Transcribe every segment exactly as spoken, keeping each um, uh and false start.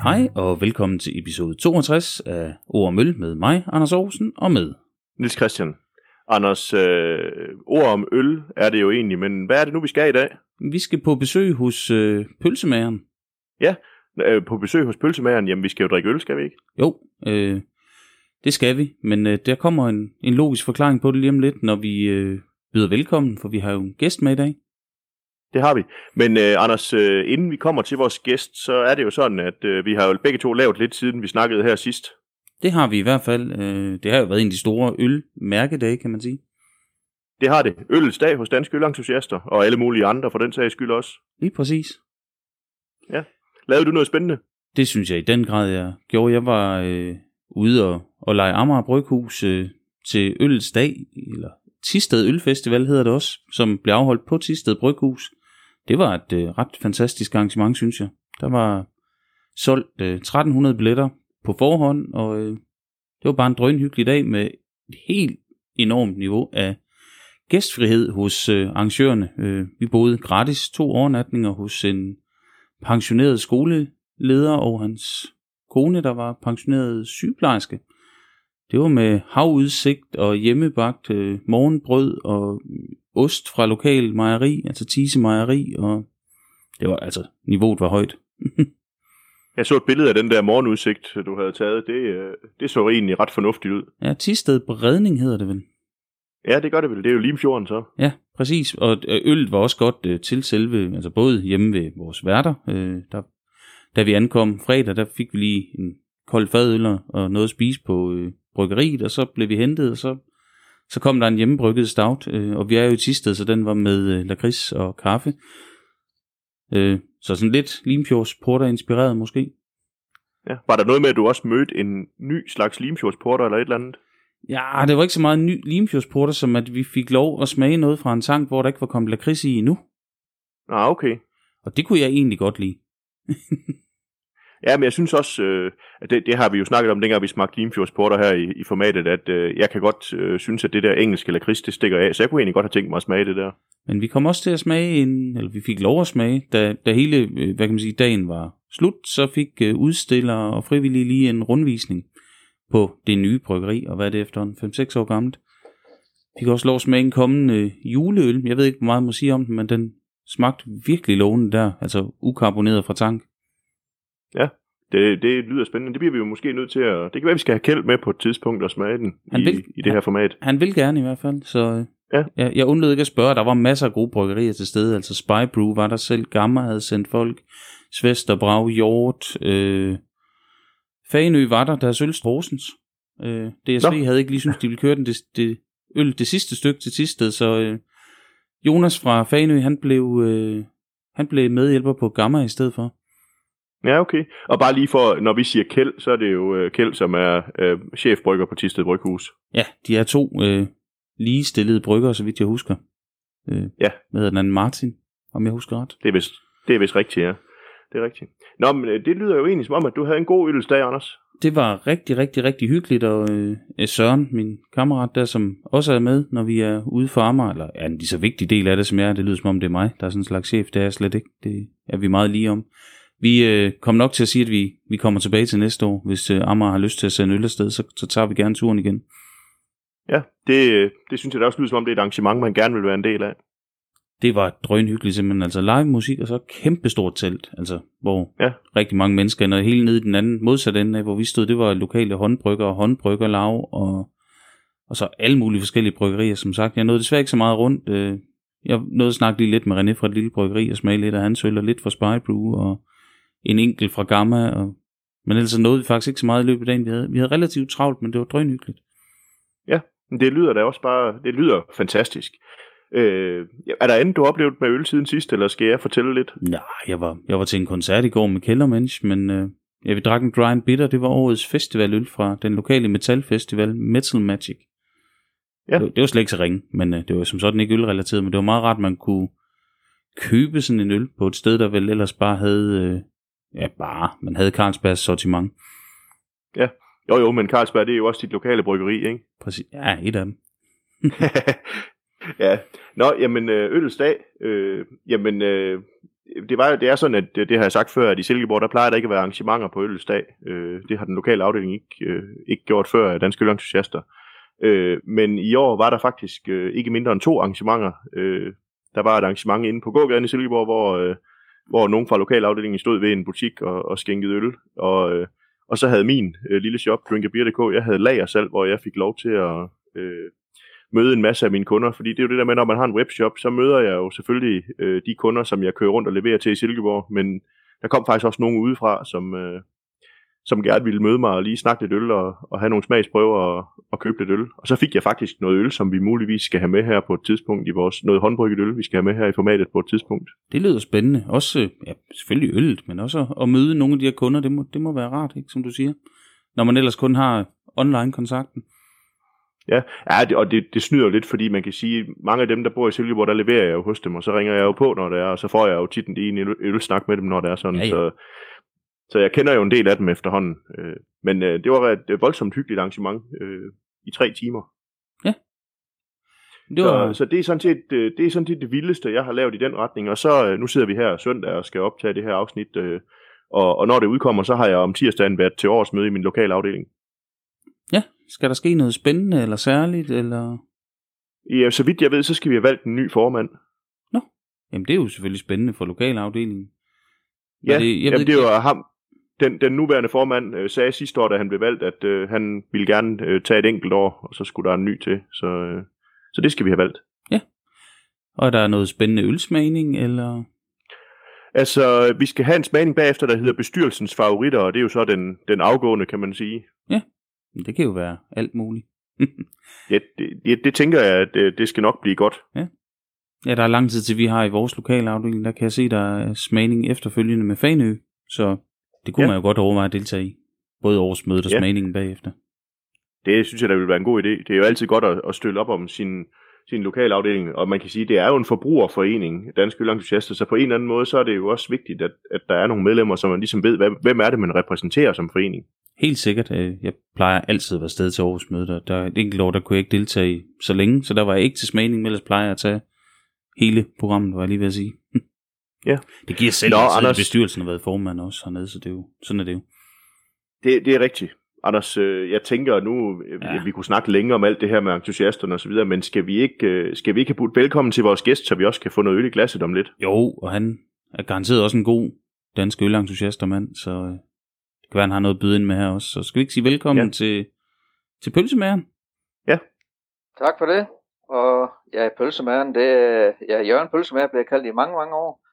Hej og velkommen til episode toogtres af Ord om Øl med mig, Anders Aarhusen, og med Niels Christian. Anders, øh, ord om øl er det jo egentlig, men hvad er det nu, vi skal i dag? Vi skal på besøg hos øh, pølsemageren. Ja, øh, på besøg hos pølsemageren. Jamen, vi skal jo drikke øl, skal vi ikke? Jo, øh, det skal vi, men øh, der kommer en, en logisk forklaring på det lige om lidt, når vi øh, byder velkommen, for vi har jo en gæst med i dag. Det har vi. Men øh, Anders, øh, inden vi kommer til vores gæst, så er det jo sådan, at øh, vi har jo begge to lavet lidt siden vi snakkede her sidst. Det har vi i hvert fald. Øh, det har jo været en af de store ølmærkedage, kan man sige. Det har det. Ølets dag hos danske ølentusiaster, og alle mulige andre for den sags skyld også. Lige præcis. Ja. Lavede du noget spændende? Det synes jeg i den grad, jeg gjorde. Jeg var øh, ude og, og lege Amager Bryghus øh, til Ølets dag, eller Thisted Ølfestival hedder det også, som blev afholdt på Thisted Bryghus. Det var et øh, ret fantastisk arrangement, synes jeg. Der var solgt øh, tretten hundrede billetter på forhånd, og øh, det var bare en drønhyggelig dag med et helt enormt niveau af gæstfrihed hos øh, arrangørerne. Øh, vi boede gratis to overnatninger hos en pensioneret skoleleder og hans kone, der var pensioneret sygeplejerske. Det var med havudsigt og hjemmebagt øh, morgenbrød og ost fra lokal mejeri, altså Thise Mejeri, og det var altså, niveauet var højt. Jeg så et billede af den der morgenudsigt, du havde taget. Det, det så egentlig ret fornuftigt ud. Ja, Thisted Bredning hedder det vel. Ja, det gør det vel. Det er jo Limfjorden så. Ja, præcis. Og øllet var også godt øh, til selve, altså både hjemme ved vores værter. Øh, der, da vi ankom fredag, der fik vi lige en kold fadøl og noget at spise på øh, bryggeriet, og så blev vi hentet, og så, så kom der en hjemmebrygget stout. Øh, og vi er jo i Thisted, så den var med øh, lakrids og kaffe. Øh, så sådan lidt Limfjords porter inspireret måske. Ja. Var der noget med, at du også mødte en ny slags Limfjords porter eller et eller andet? Ja, det var ikke så meget en ny Limfjords porter, som at vi fik lov at smage noget fra en tank, hvor der ikke var kommet lakrids i endnu. Ah, okay. Og det kunne jeg egentlig godt lide. Ja, men jeg synes også, øh, at det, det har vi jo snakket om, dengang vi smagte Limfjords porter her i, i formatet, at øh, jeg kan godt øh, synes, at det der engelske lakrids, det stikker af, så jeg kunne egentlig godt have tænkt mig at smage det der. Men vi kom også til at smage, en, eller vi fik lov at smage, da, da hele, øh, hvad kan man sige, dagen var slut, så fik øh, udstillere og frivillige lige en rundvisning på det nye bryggeri, og hvad er det efter fem seks år gammelt. Vi fik også lov at smage en kommende øh, juleøl. Jeg ved ikke, hvor meget jeg må sige om den, men den smagte virkelig lovende der, altså ukarboneret fra tank. Ja, det, det lyder spændende. Det bliver vi jo måske nødt til at... Det kan være, vi skal have Kjeld med på et tidspunkt og smage den i, vil, i det her format. Han vil gerne i hvert fald, så ja. jeg, jeg undlod ikke at spørge. Der var masser af gode bryggerier til stede, altså Spy Brew var der selv, Gamma havde sendt folk, Svester, Brag, Hjort, øh, Fagenø var der, deres øl Rosens. Øh, D S V Nå. havde ikke lige synes, de ville køre den det, det øl det sidste stykke til Thisted, så øh, Jonas fra Fagenø, han blev, øh, han blev medhjælper på Gamma i stedet for. Ja, okay. Og bare lige for, når vi siger Kjeld, så er det jo øh, Kjeld, som er øh, chefbrygger på Thisted Bryghus. Ja, de er to øh, ligestillede bryggere, så vidt jeg husker. Øh, ja. Med den anden Martin, om jeg husker ret. Det er vist, det er vist rigtigt, ja. Det er rigtigt. Nå, men det lyder jo egentlig som om, at du havde en god ølsdag, Anders. Det var rigtig, rigtig, rigtig hyggeligt, og øh, Søren, min kammerat der, som også er med, når vi er ude for Amager, eller er en lige så vigtig del af det, som jeg er. Det lyder som om, det er mig, der er sådan en slags chef. Det er jeg slet ikke. Det er vi meget lige om. Vi øh, kommer nok til at sige, at vi, vi kommer tilbage til næste år. Hvis øh, Amager har lyst til at sende øl afsted, så, så tager vi gerne turen igen. Ja, det, det synes jeg da også lyder som om, det er et arrangement, man gerne vil være en del af. Det var drønhyggeligt simpelthen. Altså live musik og så kæmpestort telt. Altså, hvor ja. rigtig mange mennesker ender helt nede i den anden modsatte ende af, hvor vi stod. Det var lokale håndbrygger og håndbryggerlav og, og så alle mulige forskellige bryggerier. Som sagt, jeg nåede desværre ikke så meget rundt. Jeg nåede at snakke lige lidt med René fra et lille bryggeri og smage lidt af hans øl og lidt fra Spy Brew og en enkelt fra Gamma, og, men ellers nåede vi faktisk ikke så meget i løbet af dagen. Vi havde, vi havde relativt travlt, men det var drønhyggeligt. Ja, men det lyder da også bare, det lyder fantastisk. Øh, er der andet, du har oplevet med øl siden sidst, eller skal jeg fortælle lidt? Nej, jeg var, jeg var til en koncert i går med Kellermensch, men øh, jeg vil drikke en Dry and Bitter. Det var årets festivaløl fra den lokale metalfestival, Metal Magic. Ja. Det, det var slet ikke så ringe, men øh, det var som sådan ikke ølrelateret, men det var meget rart, man kunne købe sådan en øl på et sted, der vel ellers bare havde... Øh, Ja, bare. Man havde Carlsbergs sortiment. Ja, jo jo, men Carlsberg, det er jo også dit lokale bryggeri, ikke? Præcis. Ja, et af dem. Ja. Nå, jamen, ølsdag. Øh, jamen, øh, det, var, det er sådan, at det, det har jeg sagt før, at i Silkeborg, der plejer der ikke at være arrangementer på Øllets dag. Øh, det har den lokale afdeling ikke, øh, ikke gjort før af Danske Ølentusiaster. Øh, men i år var der faktisk øh, ikke mindre end to arrangementer. Øh, der var et arrangement inde på gågaden i Silkeborg, hvor, øh, hvor nogen fra lokalafdelingen stod ved en butik og, og skænkede øl. Og, øh, og så havde min øh, lille shop, drinkabeer punktum d k, jeg havde lagersalg, hvor jeg fik lov til at øh, møde en masse af mine kunder. Fordi det er jo det der med, når man har en webshop, så møder jeg jo selvfølgelig øh, de kunder, som jeg kører rundt og leverer til i Silkeborg. Men der kom faktisk også nogen udefra, som... Øh, som gerne ville møde mig og lige snakke lidt øl og, og have nogle smagsprøver og, og købe lidt øl. Og så fik jeg faktisk noget øl, som vi muligvis skal have med her på et tidspunkt i vores, noget håndbrygget øl, vi skal have med her i formatet på et tidspunkt. Det lyder spændende. Også, ja, selvfølgelig øllet, men også at møde nogle af de her kunder, det må, det må være rart, ikke, som du siger. Når man ellers kun har online-kontakten. Ja, ja det, og det, det snyder lidt, fordi man kan sige, mange af dem, der bor i Silkeborg, der leverer jeg jo hos dem, og så ringer jeg jo på, når det er, og så får jeg jo tit en øl, ølsnak med dem, når det er sådan, ja, ja. så... Så jeg kender jo en del af dem efterhånden. Øh, men øh, det var et voldsomt hyggeligt arrangement øh, i tre timer. Ja. Det var... Så, så det er sådan set det, det er sådan set det vildeste, jeg har lavet i den retning. Og så øh, nu sidder vi her søndag og skal optage det her afsnit. Øh, og, og når det udkommer, så har jeg om tirsdagen været til årsmøde i min lokale afdeling. Ja, skal der ske noget spændende eller særligt? Eller? Ja, så vidt jeg ved, så skal vi have valgt en ny formand. Nå, jamen det er jo selvfølgelig spændende for lokalafdelingen. Ja, det, jeg jamen, ved, det var ham. Den, den nuværende formand øh, sagde sidste år, da han blev valgt, at øh, han ville gerne øh, tage et enkelt år, og så skulle der en ny til. Så, øh, så det skal vi have valgt. Ja. Og er der noget spændende ølsmagning, eller? Altså, vi skal have en smagning bagefter, der hedder bestyrelsens favoritter, og det er jo så den, den afgående, kan man sige. Ja, det kan jo være alt muligt. ja, det, det, det tænker jeg, at det, det skal nok blive godt. Ja. Ja, der er lang tid til, vi har i vores lokale afdeling, der kan jeg se, der er smagning efterfølgende med Fanø, så... Det kunne ja. man jo godt overveje at deltage i. Både årsmødet og ja. smagningen bagefter. Det synes jeg, der vil være en god idé. Det er jo altid godt at, at støtte op om sin, sin lokale afdeling. Og man kan sige, det er jo en forbrugerforening, Danske Ølentusiaster. Så på en eller anden måde, så er det jo også vigtigt, at, at der er nogle medlemmer, som man ligesom ved, hvem er det, man repræsenterer som forening. Helt sikkert. Jeg plejer altid at være sted til årsmødet. Der er et enkelt år, der kunne jeg ikke deltage i så længe. Så der var jeg ikke til smagning, men ellers plejer jeg at tage hele programmet, var jeg lige ved at sige. Ja. Det giver selv, at Anders... bestyrelsen har været formand også hernede, så det er jo, sådan er det jo. Det, det er rigtigt. Anders, øh, jeg tænker nu, ja. at vi kunne snakke længere om alt det her med entusiasterne og så videre, men skal vi ikke, øh, skal vi ikke have budt velkommen til vores gæst, så vi også kan få noget øl i glasset om lidt? Jo, og han er garanteret også en god dansk ølentusiastermand, så øh, det kan være, han har noget at byde ind med her også. Så skal vi ikke sige velkommen ja. til, til pølsemageren? Ja. Tak for det. Og jeg er pølsemageren, det er ja, Jørgen Pølsemager, bliver kaldt i mange, mange år.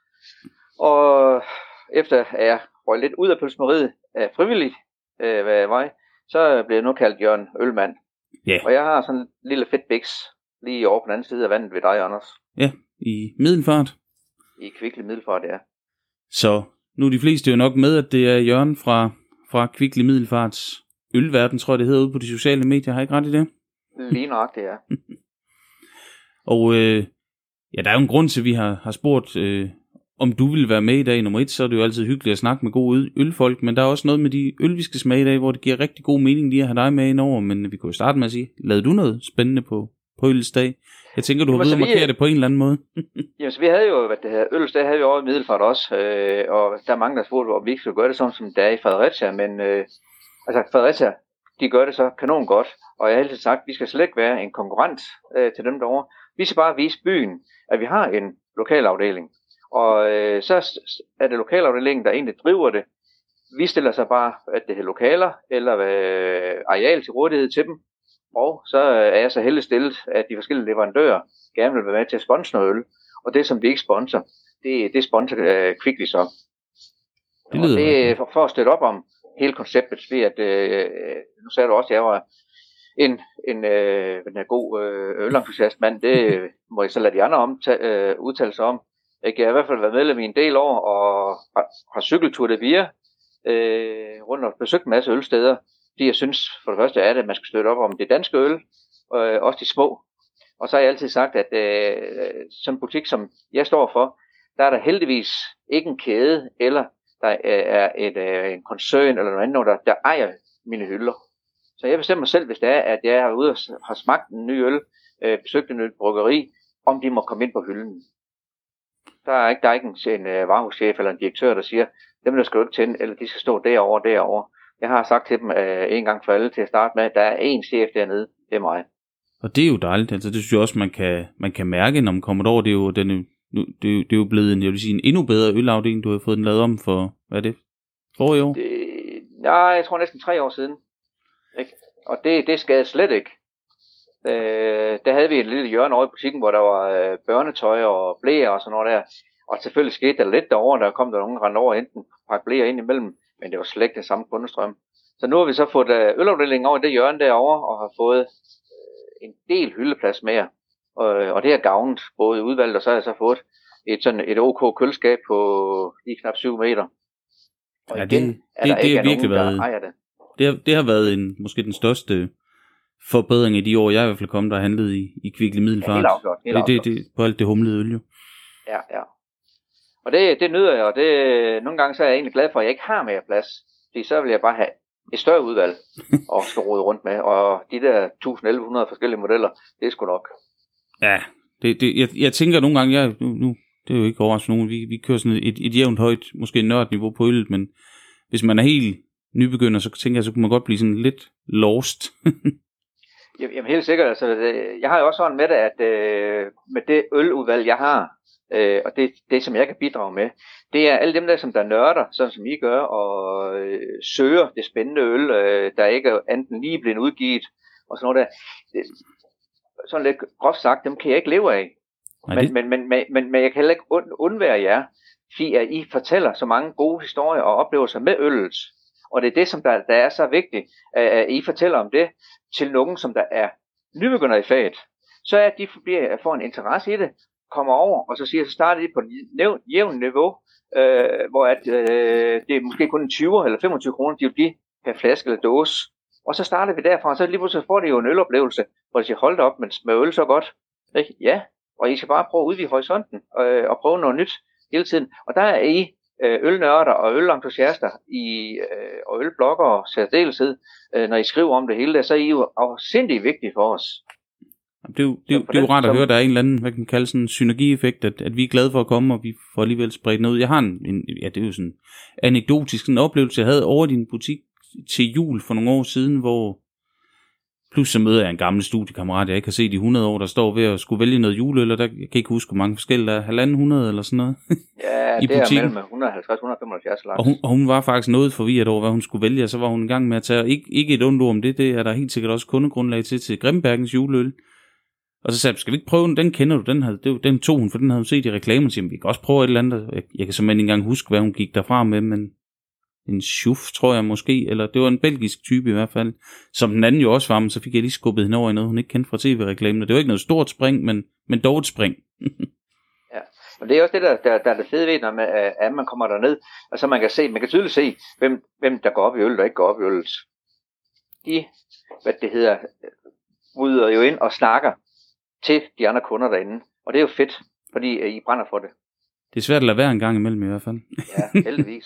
Og efter at jeg røg lidt ud af pølsemeriet af frivilligt øh, hvad jeg var, så blev jeg nu kaldt Jørgen Ølmand. Yeah. Og jeg har sådan en lille fedt biks lige over på den anden side af vandet ved dig, Anders. Ja, i Middelfart. I Kvickly Middelfart, ja. Så nu er de fleste jo nok med, at det er Jørgen fra, fra Kvickly Middelfarts ølverden, tror jeg det hedder, ude på de sociale medier. Har jeg ikke ret i det? Lige nøjagtigt, ja. Og øh, ja, der er jo en grund til, at vi har, har spurgt, øh, om du vil være med i dag. Nummer et, så er det jo altid hyggeligt at snakke med gode ølfolk, men der er også noget med de øl, vi skal smage i dag, hvor det giver rigtig god mening lige at have dig med indover. Men vi kunne jo starte med at sige, lavede du noget spændende på, på Øllets dag? Jeg tænker, du har ved at markere det på en eller anden måde. Jamen, så vi havde jo, hvad det her, Øllets dag havde vi over i Middelfart også, øh, og der er mange, der spurgte, om vi ikke skulle gøre det sådan, som det er i Fredericia, men øh, altså Fredericia, de gør det så kanon godt, og jeg har altid sagt, at vi skal slet ikke være en konkurrent øh, til dem derovre. Vi skal bare vise byen, at vi har en lokalafdeling. Og øh, så er det lokalafdelingen, der egentlig driver det. Vi stiller så bare, at det er lokaler eller øh, areal til rådighed til dem. Og så er jeg så heldig stillet, at de forskellige leverandører gerne vil være med til at sponse noget øl. Og det, som vi ikke sponsor, det, det sponsor øh, Kvickly så. Det og det er for, for at støtte op om hele konceptet ved, at øh, nu sagde du også, at jeg var en, en, øh, en god øh, ølentusiast mand. Det må jeg så lade de andre om, øh, udtale sig om. Jeg har i hvert fald været medlem i en del år, og har, har cykeltur det via øh, rundt og besøgt en masse ølsteder. Fordi jeg synes for det første er det, at man skal støtte op om det danske øl, øh, også de små. Og så har jeg altid sagt, at øh, sådan en butik, som jeg står for, der er der heldigvis ikke en kæde, eller der er et, øh, en koncern eller noget andet, der, der ejer mine hylder. Så jeg bestemmer selv, hvis det er, at jeg er ude og har smagt en ny øl, øh, besøgt en øl bryggeri, om de må komme ind på hylden. Der er ikke, der er ikke en, en uh, varehuschef eller en direktør, der siger, dem der skal du ikke tænde, eller de skal stå derovre derovre. Jeg har sagt til dem uh, en gang for alle til at starte med, at der er én chef dernede, det er mig. Og det er jo dejligt, altså det synes jeg også, man kan, man kan mærke, når man kommer derover. Det er jo, den, nu, det, er jo, det er jo blevet en, jeg vil sige, en endnu bedre ølafdeling. Du har fået den lavet om for, hvad er det, forrige år? Det, nej, jeg tror næsten tre år siden. Ikke? Og det, det skadede slet ikke. Øh, der havde vi et lille hjørne over i butikken, hvor der var øh, børnetøj og blæer og sådan noget der. Og selvfølgelig skete der lidt derovre, der kom der nogen rende over enten pakke blæer ind imellem, men det var slet ikke den samme kundestrøm. Så nu har vi så fået øh, ølafdelingen over i det hjørne derovre, og har fået øh, en del hyldeplads mere. Og, og det har gavnet både udvalget, og så har jeg så fået et, sådan et OK køleskab på lige knap syv meter. Og ja, igen, det, er det, der det, ikke har virkelig nogen, været, der ejer det. Det har, det har været en, måske den største forbedring i de år, jeg i hvert fald kom, der har handlet i, i Kvickly Middelfart. Ja, helt afgjort, helt det, det, det, på alt det humlede øl jo. Ja, ja. Og det, det nyder jeg, og det, nogle gange så er jeg egentlig glad for, at jeg ikke har mere plads. Fordi så vil jeg bare have et større udvalg og skal rode rundt med. Og de der tusind elleve hundrede forskellige modeller, det er sgu nok. Ja, det, det, jeg, jeg tænker nogle gange, jeg, nu, nu, det er jo ikke overraskende nogen, vi, vi kører sådan et, et jævnt højt, måske nørdniveau på øllet, men hvis man er helt nybegynder, så tænker jeg, så kunne man godt blive sådan lidt lost. Jamen helt sikkert, altså, jeg har jo også sådan med det, at øh, med det øludvalg, jeg har, øh, og det, det, som jeg kan bidrage med, det er alle dem der, som der nørder, sådan som I gør, og øh, søger det spændende øl, øh, der ikke er enten lige blevet udgivet, og sådan noget der. Det, sådan lidt groft sagt, dem kan jeg ikke leve af. Nej, men, det... men, men, men, men, men jeg kan heller ikke und, undvære jer, fordi at I fortæller så mange gode historier og oplevelser med øllet. Og det er det, som der, der er så vigtigt, at I fortæller om det til nogen, som der er nybegynder i faget. Så er at de bliver, får en interesse i det, kommer over, og så siger så starter de på et jævnt niveau, øh, hvor at, øh, det er måske kun tyve eller femogtyve kroner, de vil give per flaske eller dåse. Og så starter vi derfra, og så lige pludselig får de jo en øloplevelse, hvor de siger, hold da op, men smager øl så godt. Ikke? Ja, og I skal bare prøve at udvide horisonten, øh, og prøve noget nyt hele tiden. Og der er I ølnørder og ølentusiaster i, øh, og ølbloggere særdeleshed, øh, når I skriver om det hele der, så er I jo afsindig vigtige for os. Det er jo, det er, det er jo rart at høre, at der er en eller anden, hvad kan man kalde sådan en synergieffekt, at, at vi er glade for at komme, og vi får alligevel spredt noget ud. Jeg har en, en ja, det er jo sådan anekdotisk en oplevelse, jeg havde over din butik til jul for nogle år siden, hvor plus så møder jeg en gammel studiekammerat, jeg ikke har set i hundrede år, der står ved at skulle vælge noget juleøl, og der kan jeg ikke huske, hvor mange forskellige der er, halvanden hundrede eller sådan noget. Ja, i det butikken. er mellem et hundrede og halvtreds til et hundrede og femoghalvfjerds slags. Og hun, og hun var faktisk noget forvirret over, hvad hun skulle vælge, og så var hun i gang med at tage, ikke, ikke et ondt ord om det, det er der helt sikkert også kundegrundlag til, til Grimbergens juleøl. Og så sagde jeg, skal vi ikke prøve den, den kender du, den, havde, det, den tog hun, for den havde hun set i reklamen, så vi kan også prøve et eller andet. Jeg, jeg kan simpelthen ikke engang huske, hvad hun gik derfra med, men en Schuf, tror jeg måske, eller det var en belgisk type i hvert fald, som den anden jo også var, men så fik jeg lige skubbet hende over i noget, hun ikke kendte fra tv-reklamen, og det var ikke noget stort spring, men, men dog et spring. Ja, og det er også det, der, der, der er det fede ved, når man, at man kommer derned, og så man kan se, man kan tydeligt se, hvem, hvem der går op i øl, der ikke går op i øl. De, hvad det hedder, bryder jo ind og snakker til de andre kunder derinde, og det er jo fedt, fordi I brænder for det. Det er svært at lade være en gang imellem i hvert fald. Ja, heldigvis.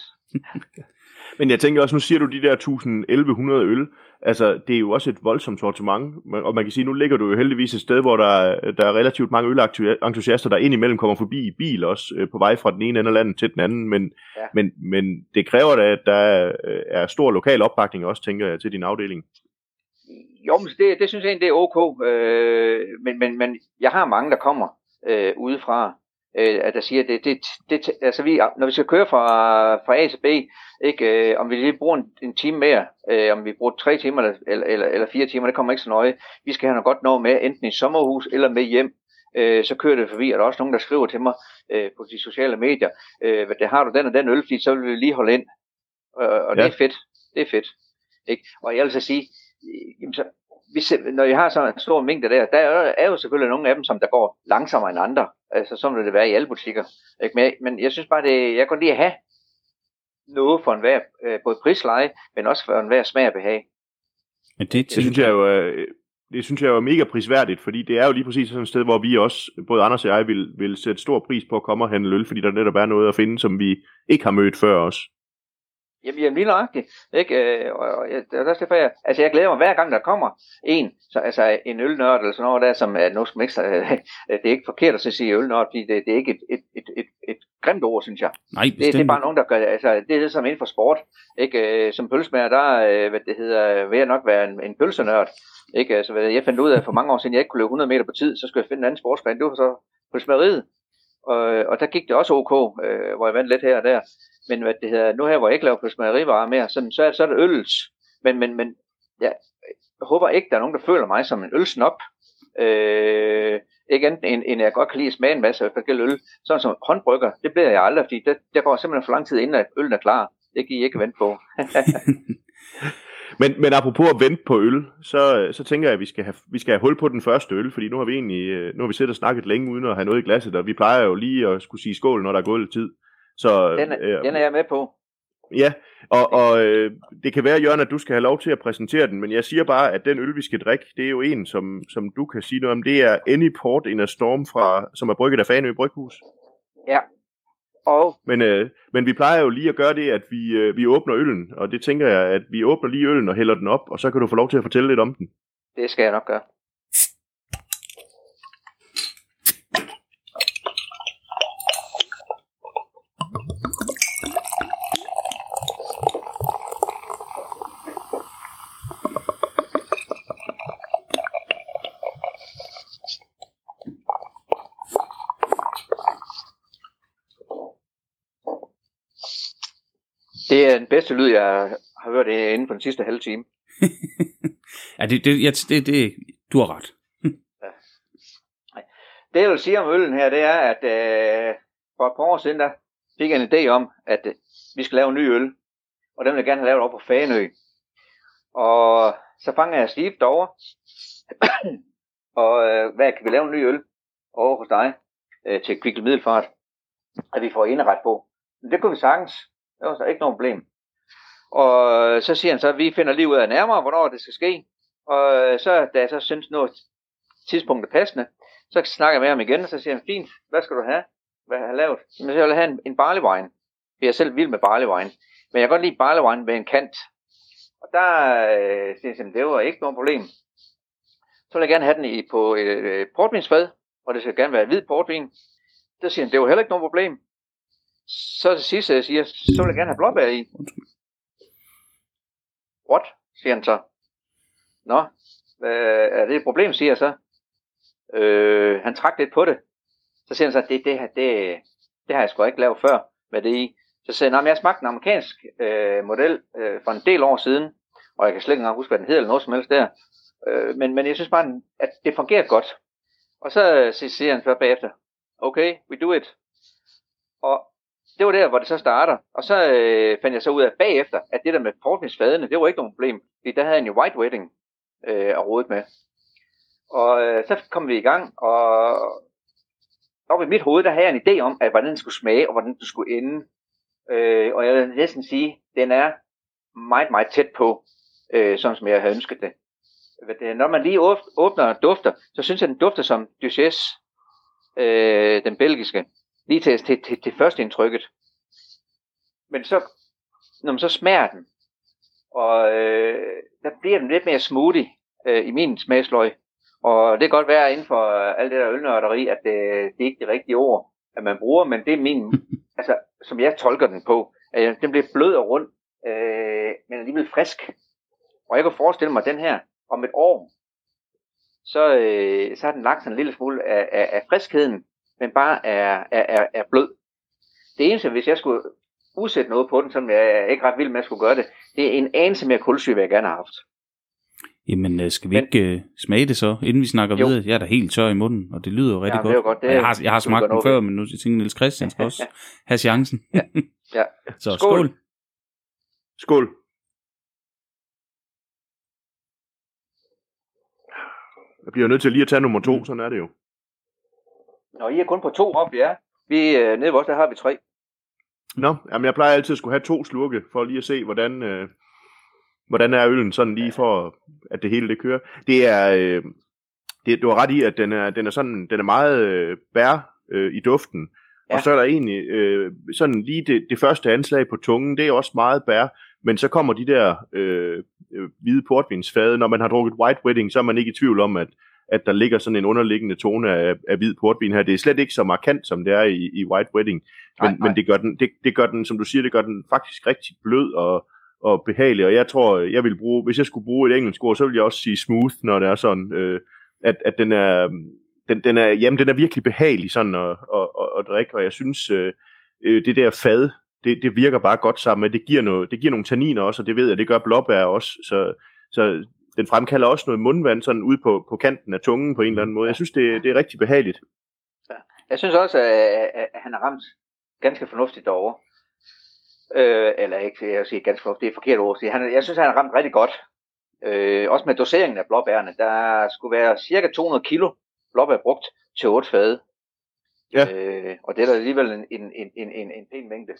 Men jeg tænker også, nu siger du de der tusind elleve hundrede øl, altså det er jo også et voldsomt sortiment, og man kan sige, nu ligger du jo heldigvis et sted, hvor der er, der er relativt mange ølentusiaster, der indimellem kommer forbi i bil også, øh, på vej fra den ene ende af landet til den anden, men, ja. men, men det kræver da, at der er, er stor lokal opbakning også, tænker jeg, til din afdeling. Jo, men det, det synes jeg egentlig, det er ok, øh, men, men, men jeg har mange, der kommer øh, udefra, øh, at der siger, det, det, det, altså vi, når vi skal køre fra, fra A til B, ikke, øh, om vi lige bruger en, en time mere, øh, om vi bruger tre timer eller, eller, eller fire timer, det kommer ikke så nøje. Vi skal have noget godt noget med, enten i sommerhus eller med hjem. Øh, så kører det forbi, og der er også nogen, der skriver til mig øh, på de sociale medier, øh, hvad det har du den og den øl, fordi så vil vi lige holde ind. Øh, og ja. Det er fedt. Det er fedt. Ikke? Og jeg vil så sige, jamen så, hvis, når jeg har sådan en stor mængde der, der er, er jo selvfølgelig nogle af dem, som der går langsommere end andre. Altså, sådan vil det være i alle butikker. Ikke? Men, men jeg synes bare, det, jeg kan lige have noget for enhver, øh, både prisleje, men også for enhver smag og behag. Ja, det, det, synes jeg jo, øh, det synes jeg jo er mega prisværdigt, fordi det er jo lige præcis sådan et sted, hvor vi også, både Anders og jeg, vil, vil sætte stor pris på at komme og handle øl, fordi der netop er noget at finde, som vi ikke har mødt før os. Jamen, jamen lige nøjagtigt, ikke? Øh, og, og jeg, det er også derfor, jeg, altså jeg glæder mig hver gang, der kommer en, så, altså en ølnørd eller sådan noget der, som er, nu skal man ikke, det er ikke forkert at sige ølnørd, fordi det, det er ikke et, et, et, et, et grimt ord, synes jeg. Nej, det, det er bare nogen, der gør, altså det er det som inden for sport, ikke? Som pølsemager, der, hvad det hedder, vil jeg nok være en, en pølsenørd, ikke? Altså, jeg fandt ud af for mange år siden, jeg ikke kunne løbe hundrede meter på tid, så skulle jeg finde en anden sportsgren, det var så pølsemageriet. Og, og der gik det også ok, øh, hvor jeg vandt lidt her og der. Men hvad det hedder, nu her, hvor jeg ikke laver pølsemagerivarer mere, så, så, er, så er det ølles. Men, men, men ja, jeg håber ikke, der er nogen, der føler mig som en ølsnop. Øh, ikke andet end, end jeg godt kan lide at smage en masse forskellige øl. Sådan som håndbrygger, det bliver jeg aldrig, fordi det, der går simpelthen for lang tid, inden at øllen er klar. Det kan I ikke vente på. Men, men apropos at vente på øl, så, så tænker jeg, at vi skal, have, vi skal have hul på den første øl, fordi nu har vi egentlig, nu har vi siddet og snakket længe uden at have noget i glasset, og vi plejer jo lige at skulle sige skål, når der er gået lidt tid. Så, den, er, øh, den er jeg med på. Ja, og, og øh, det kan være, Jørgen, at du skal have lov til at præsentere den, men jeg siger bare, at den øl, vi skal drikke, det er jo en, som, som du kan sige noget om. Det er Any Port in a Storm, fra, som er brygget af Fanø Bryghus. Ja. Og... Men, øh, men vi plejer jo lige at gøre det, at vi, øh, vi åbner øllen, og det tænker jeg, at vi åbner lige øllen og hælder den op, og så kan du få lov til at fortælle lidt om den. Det skal jeg nok gøre. Det er den bedste lyd, jeg har hørt inden for den sidste halve time. ja, det, det, jeg, det, det, du har ret. ja. Det jeg vil sige om øllen her, det er, at øh, for et par år siden, der fik jeg en idé om, at øh, vi skal lave en ny øl. Og den vil jeg gerne have lavet over på Fanø. Og så fanger jeg Steve derovre. og øh, hvad kan vi lave en ny øl over hos dig øh, til Kvickly Middelfart, at vi får indret på. Men det kunne vi sagtens. Det var så ikke noget problem. Og så siger han så, at vi finder lige ud af nærmere, hvornår det skal ske. Og så, da jeg så synes noget tidspunkt er passende, så snakker jeg med ham igen, og så siger han, fint, hvad skal du have? Hvad har jeg lavet? Jamen, så vil jeg have en, en barley wine. Jeg er selv vild med barley wine. Men jeg kan godt lide barley wine med en kant. Og der øh, siger jeg, det var ikke noget problem. Så vil jeg gerne have den i, på et øh, portvinsfad, og det skal gerne være hvid portvin. Der siger han, det var heller ikke noget problem. Så til sidst jeg siger, så vil jeg gerne have blåbær i. What? Siger han så. Nå, øh, er det et problem, siger jeg så. Øh, han trak lidt på det. Så siger han så, det, det, det, det har jeg sgu ikke lavet før med det i. Så siger han, nej, men jeg smagte en amerikansk øh, model øh, for en del år siden, og jeg kan slet ikke engang huske, hvad den hedder, eller noget som helst der. Øh, men, men jeg synes bare, at det fungerer godt. Og så, så siger han så bagefter, okay, we do it. Og det var der, hvor det så starter. Og så øh, fandt jeg så ud af bagefter, at det der med portvinsfadene, det var ikke nogen problem. Fordi der havde jeg en white wedding øh, at rådet med. Og øh, så kom vi i gang, og oppe i mit hoved, der havde jeg en idé om, at hvordan den skulle smage, og hvordan den skulle ende. Øh, og jeg vil næsten sige, den er meget, meget tæt på, øh, sådan som jeg havde ønsket det. Når man lige åbner og dufter, så synes jeg, den dufter som Duchesse, øh, den belgiske. Lige til, til, til, til første indtrykket. Men så, når man så smager den, og øh, der bliver den lidt mere smoothie øh, i min smagsløg. Og det kan godt være inden for alt det der ølnørderi, at det, det er ikke det rigtige ord, at man bruger, men det er min, altså som jeg tolker den på. Øh, den bliver blød og rund, øh, men alligevel frisk. Og jeg kan forestille mig, at den her om et år, så, øh, så har den lagt sådan en lille smule af, af, af friskheden, men bare er, er, er blød. Det eneste, hvis jeg skulle udsætte noget på den, som jeg er ikke ret vild med at skulle gøre det, det er en anelse mere kulsyre, vil jeg gerne have haft. Jamen, skal vi men, ikke uh, smage det så, inden vi snakker jo. videre? Jeg er da helt tør i munden, og det lyder jo rigtig ja, godt. Det godt. Det, jeg har, jeg har smagt den før, men nu tænker jeg, Niels Christian skal også have chancen. ja. Ja. Så skål. Skål. Skål. Jeg bliver nødt til lige at tage nummer to, sådan er det jo. Nå, I er kun på to op, ja. Vi, øh, nede vores, der har vi tre. Nå, jamen jeg plejer altid at skulle have to slurke, for lige at se, hvordan, øh, hvordan er øllen, sådan lige for, at det hele det kører. Det er, øh, det, du har ret i, at den er, den er sådan, den er meget øh, bær øh, i duften, Ja. Og så er der egentlig øh, sådan lige det, det første anslag på tungen, det er også meget bær, men så kommer de der øh, øh, hvide portvinsfade. Når man har drukket White Wedding, så er man ikke i tvivl om, at, at der ligger sådan en underliggende tone af, af hvid portvin her. Det er slet ikke så markant, som det er i, i White Wedding, men, nej, nej. men det, gør den, det, det gør den, som du siger, det gør den faktisk rigtig blød og, og behagelig. Og jeg tror, jeg vil bruge, hvis jeg skulle bruge et engelsk ord, så vil jeg også sige smooth, når det er sådan, øh, at, at den er... Den, den, er, jamen, den er virkelig behagelig sådan at, at, at, at drikke, og jeg synes, øh, det der fad, det, det virker bare godt sammen. Det giver, noget, det giver nogle tanniner også, og det ved jeg, det gør blåbær også. Så, så den fremkalder også noget mundvand sådan ude på, på kanten af tungen på en eller anden måde. Jeg synes, det, det er rigtig behageligt. Ja. Jeg synes også, at, at han har ramt ganske fornuftigt derovre. Øh, eller ikke, jeg vil sige ganske fornuftigt, det er forkert ord at sige. Han, jeg synes, han har ramt rigtig godt. Øh, også med doseringen af blåbærne. Der skulle være cirka to hundrede kilo blåbær brugt til otte fade. Ja. Øh, og det er da alligevel en, en, en, en, en, en pæn mængde.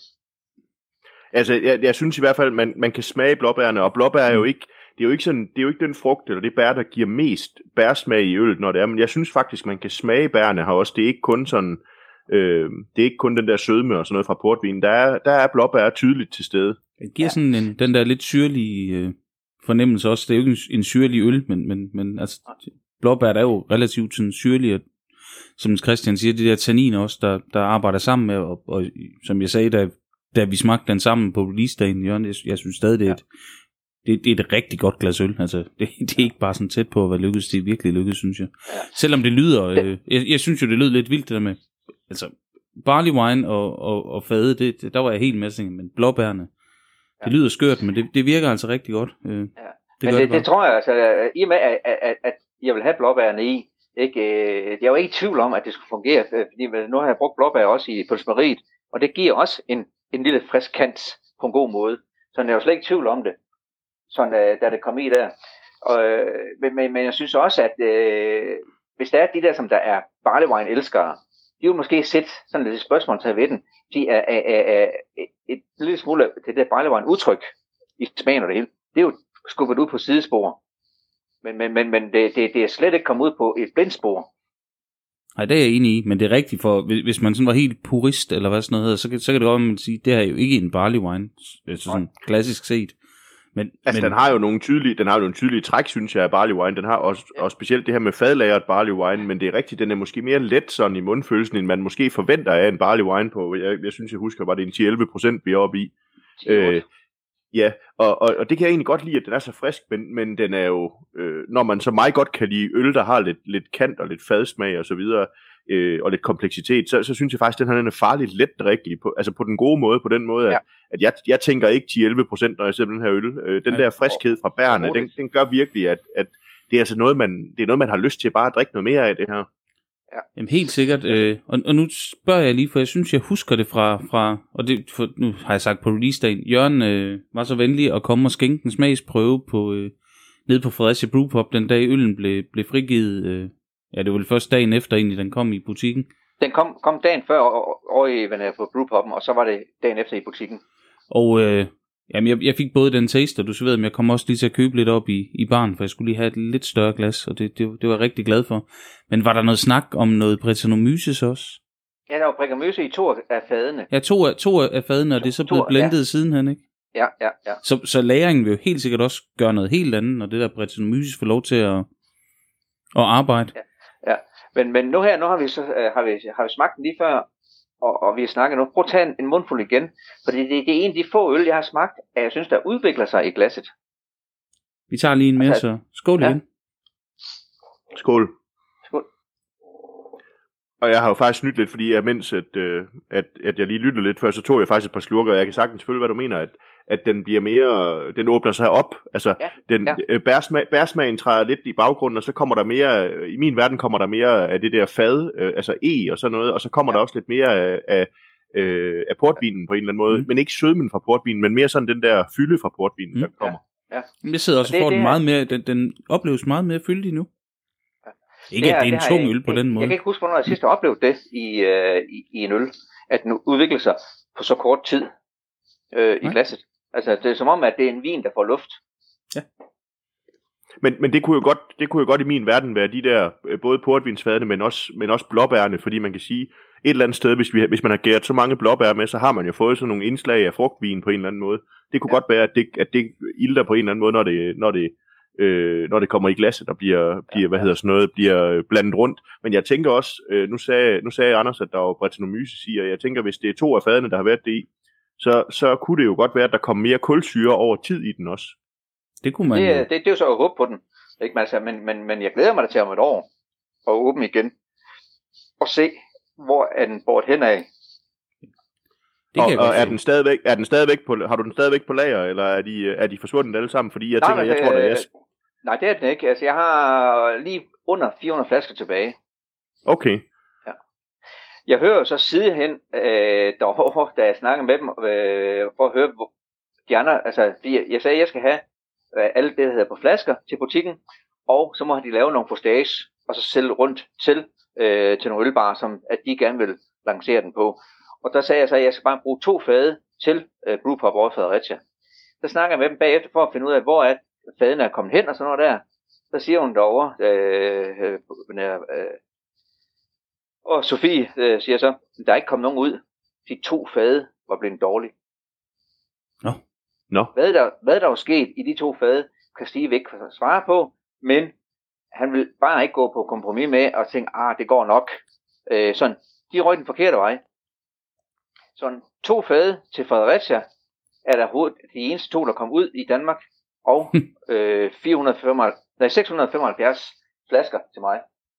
Altså, jeg, jeg synes i hvert fald, man, man kan smage blåbærne, og blåbær er jo ikke, det er jo ikke sådan, det er jo ikke den frugt, eller det bær, der giver mest bærsmag i øllet, når det er, men jeg synes faktisk, man kan smage bærne her også. Det er ikke kun sådan, øh, det er ikke kun den der sødme og sådan noget fra portvinen. Der er, der er blåbær tydeligt til stede. Det giver sådan en, den der lidt syrlige øh, fornemmelse også. Det er jo ikke en, en syrlig øl, men, men, men altså... Blåbær er jo relativt sådan syrlige, som Christian siger, de der tanniner også, der, der arbejder sammen med, og, og som jeg sagde, da, da vi smagte den sammen på release-dagen, Jørgen, jeg, jeg synes stadig, det er, et, det, det er et rigtig godt glas øl. Altså, det, det er ikke bare sådan tæt på at være lykkedes, det er virkelig lykkedes, synes jeg. Selvom det lyder, øh, jeg, jeg synes jo, det lød lidt vildt, det der med, altså, barley wine og, og, og fade, det, det, der var jeg helt med, men blåbærne, det lyder skørt, men det, det virker altså rigtig godt. Øh, det men det, det, det tror jeg, altså, i og med, at, at, at jeg vil have blåbærne i. Ikke, øh, jeg er jo ikke i tvivl om, at det skulle fungere, fordi nu har jeg brugt blåbær også i pølsemeriet, og det giver også en, en lille frisk kant på en god måde. Så jeg er jo slet ikke i tvivl om det, sådan, øh, da det kom i der. Og, øh, men, men, men jeg synes også, at øh, hvis der er de der, som der er barley wine elskere, de vil måske sætte sådan lidt spørgsmål til ved den, de er, er, er, er et, et lille smule til det barley wine udtryk i smagen og det hele. Det er jo skubbet ud på sidespor. Men, men, men, men det, det, det er slet ikke kommet ud på et blindspor. Nej, det er jeg enig i, men det er rigtigt, for hvis man sådan var helt purist, eller hvad sådan noget hedder, så kan, så kan det godt være, at man sige, det her er jo ikke en barley wine, altså sådan klassisk set. Men, altså, men, den har jo nogle tydelige, den har jo nogle tydelige træk, synes jeg, af barley wine. Den har også, ja. også specielt det her med fadlagret barley wine, men det er rigtigt, den er måske mere let sådan i mundfølelsen, end man måske forventer af en barley wine på. Jeg, jeg synes, jeg husker, var det en ti til elleve procent, vi er oppe i. Øh, ja, og, og, og det kan jeg egentlig godt lide, at den er så frisk, men, men den er jo, øh, når man så meget godt kan lide øl, der har lidt, lidt kant og lidt fadsmag og så videre, øh, og lidt kompleksitet, så, så synes jeg faktisk, at den her den er farligt let drikkelig, på, altså på den gode måde, på den måde, ja. at, at jeg, jeg tænker ikke ti til elleve procent, når jeg ser den her øl. Øh, den ja, der friskhed fra bærene, den, den gør virkelig, at, at det er altså noget, man, det er noget, man har lyst til bare at drikke noget mere af det her. Ja. Jamen helt sikkert, øh, og, og nu spørger jeg lige, for jeg synes, jeg husker det fra, fra og det, for, nu har jeg sagt på release-dagen, Jørgen øh, var så venlig at komme og skænke en smagsprøve på, øh, nede på Fredericia Brewpub, den dag øllen blev, blev frigivet, øh, ja det var vel først dagen efter egentlig, den kom i butikken. Den kom, kom dagen før over i på Brewpub'en, og så var det dagen efter i butikken. Og øh, jamen, jeg, jeg fik både den taster, du så ved, men jeg kom også lige til at købe lidt op i, i baren, for jeg skulle lige have et lidt større glas, og det, det, det var jeg rigtig glad for. Men var der noget snak om noget Brettanomyces også? Ja, der var Brettanomyces i to af fadene. Ja, to af, to af fadene, og det er så blevet blendet ja. sidenhen, ikke? Ja, ja, ja. Så, så lagringen vil jo helt sikkert også gøre noget helt andet, når det der Brettanomyces får lov til at, at arbejde. Ja, ja. Men, men nu her, nu har vi, så, øh, har vi, har vi smagt den lige før, Og, og vi snakker nu. Prøv at tage en, en mundfuld igen. Fordi det, det er en af de få øl, jeg har smagt, at jeg synes, der udvikler sig i glasset. Vi tager lige en mere, altså, så skål igen. Ja. Skål. Skål. Og jeg har jo faktisk snydt lidt, fordi jeg, mens at, øh, at, at jeg lige lyttede lidt før, så tog jeg faktisk et par slurker, og jeg kan sagtens følge, hvad du mener, at, at den bliver mere, den åbner sig op. Altså, ja. Den, ja. øh, bærsmag, bærsmagen træder lidt i baggrunden, og så kommer der mere, i min verden kommer der mere af det der fad, øh, altså e og sådan noget, og så kommer ja. der også lidt mere af, af, øh, af portvinen på en eller anden måde, mm. men ikke sødmen fra portvinen, men mere sådan den der fylde fra portvinen, mm. der kommer. Ja. Ja. Jeg sidder også og får den meget mere, den, den opleves meget mere fyldig nu. Ikke det, at det er en tung øl på jeg, den måde. Jeg kan ikke huske, hvornår jeg sidst har oplevet det i, øh, i, i en øl, at den udvikler sig på så kort tid øh, i glasset. Altså, det er som om, at det er en vin, der får luft. Ja. Men, men det kunne jo godt, det kunne jo godt i min verden være de der, både portvinsfadene, men også, men også blåbærne, fordi man kan sige, et eller andet sted, hvis, vi, hvis man har gæret så mange blåbær med, så har man jo fået sådan nogle indslag af frugtvin på en eller anden måde. Det kunne ja. godt være, at det, at det ilter på en eller anden måde, når det, når det, øh, når det kommer i glasset og bliver, bliver, hvad hedder sådan noget, bliver blandet rundt. Men jeg tænker også, øh, nu, sagde, nu sagde Anders, at der var Brettanomyces i, og jeg tænker, hvis det er to af fadene, der har været det i, så, så kunne det jo godt være, at der kom mere kulsyre over tid i den også. Det kunne man det, jo. det, det er jo så at håbe på den. Ikke? Altså, men, men, men jeg glæder mig da til om et år at åbne igen og se, hvor er den båret hen af. Og, og er den stadigvæk, er den stadigvæk på, har du den stadigvæk på lager, eller er de, er de forsvundet alle sammen? Fordi jeg nej, tænker, men, jeg tror, det er... Nej, det er den ikke. Altså, jeg har lige under fire hundrede flasker tilbage. Okay. Ja. Jeg hører jo så sidenhen øh, derovre, da jeg snakker med dem, øh, for at høre, hvor de andre, altså, jeg sagde, at jeg skal have øh, alt det, der hedder på flasker til butikken, og så må de lave nogle postage, og så sælge rundt til, øh, til nogle ølbarer, som at de gerne vil lancere den på. Og der sagde jeg så, at jeg skal bare bruge to fade til øh, Brewpub over Fredericia. Så snakker jeg med dem bagefter for at finde ud af, hvor er fadene er kommet hen og sådan noget der. Så siger hun derovre, øh, øh, øh, og Sofie øh, siger så, der er ikke kommet nogen ud. De to fade var blevet dårlige. Nå. Nå. Hvad der, hvad der var sket i de to fade, kan Steve ikke svare på, men han vil bare ikke gå på kompromis med og tænke, ah, det går nok. Øh, sådan, de røg den forkerte vej. Sådan, to fade til Fredericia er der hovedet de eneste to, der kom ud i Danmark, og øh, fire hundrede og femoghalvfjerds, nej, seks hundrede og femoghalvfjerds flasker til mig.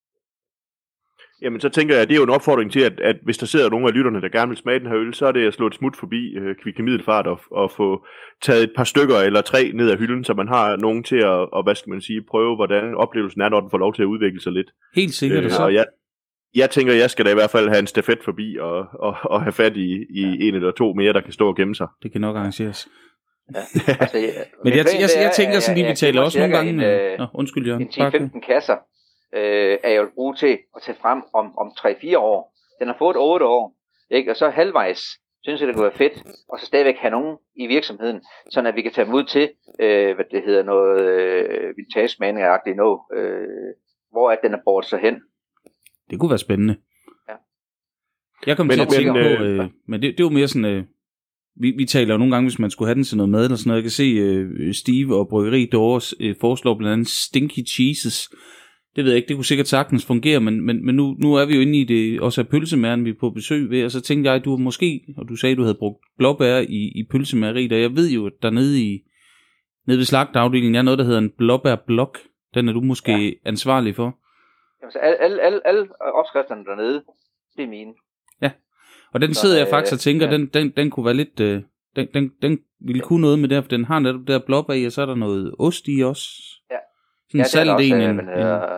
Jamen, så tænker jeg, at det er jo en opfordring til, at, at hvis der sidder nogle af lytterne, der gerne vil smage den her øl, så er det at slå et smut forbi øh, Kvickly Middelfart og, og få taget et par stykker eller tre ned af hylden, så man har nogen til at, og, hvad skal man sige, prøve, hvordan oplevelsen er, når den får lov til at udvikle sig lidt. Helt sikkert. Øh, og jeg, jeg tænker, jeg skal da i hvert fald have en stafet forbi og, og, og have fat i, i ja. en eller to mere, der kan stå og gemme sig. Det kan nok arrangeres. Ja, altså, men jeg, jeg, jeg, jeg tænker sådan lige, vi taler også nogle gange... En, øh, Nå, undskyld, Jørgen. En ti til femten kasser øh, er jeg vil bruge til at tage frem om, om tre til fire år. Den har fået otte år, ikke? Og så halvvejs synes jeg, det kunne være fedt, og så stadigvæk have nogen i virksomheden, sådan at vi kan tage dem ud til, øh, hvad det hedder, noget øh, vintage-maning-agtigt noget, øh, hvor at den er båret sig hen. Det kunne være spændende. Ja. Jeg kom men, til at tænke men, på, øh, men det, det var mere sådan... Øh, Vi, vi taler jo nogle gange, hvis man skulle have den til noget mad eller sådan noget. Jeg kan se uh, Steve og Bryggeri Doors uh, foreslår blandt andet Stinky Cheeses. Det ved jeg ikke, det kunne sikkert sagtens fungere, men, men, men nu, nu er vi jo inde i det, også af pølsemæren, vi er på besøg ved, og så tænkte jeg, at du måske, og du sagde, at du havde brugt blåbær i, i pølsemæreriet, og jeg ved jo, at der nede i nede ved slagtafdelingen er noget, der hedder en blåbærblok. Den er du måske ja. ansvarlig for. Jamen, så alle, alle, alle, alle opskrifterne dernede, det er mine. Ja. Og den sidder jeg faktisk og tænker, ja. den, den, den kunne være lidt, øh, den, den, den ville kunne noget med det, for den har netop der blåbær i, og så er der noget ost i også. Ja. Sådan ja, salt også, en. Øh, men,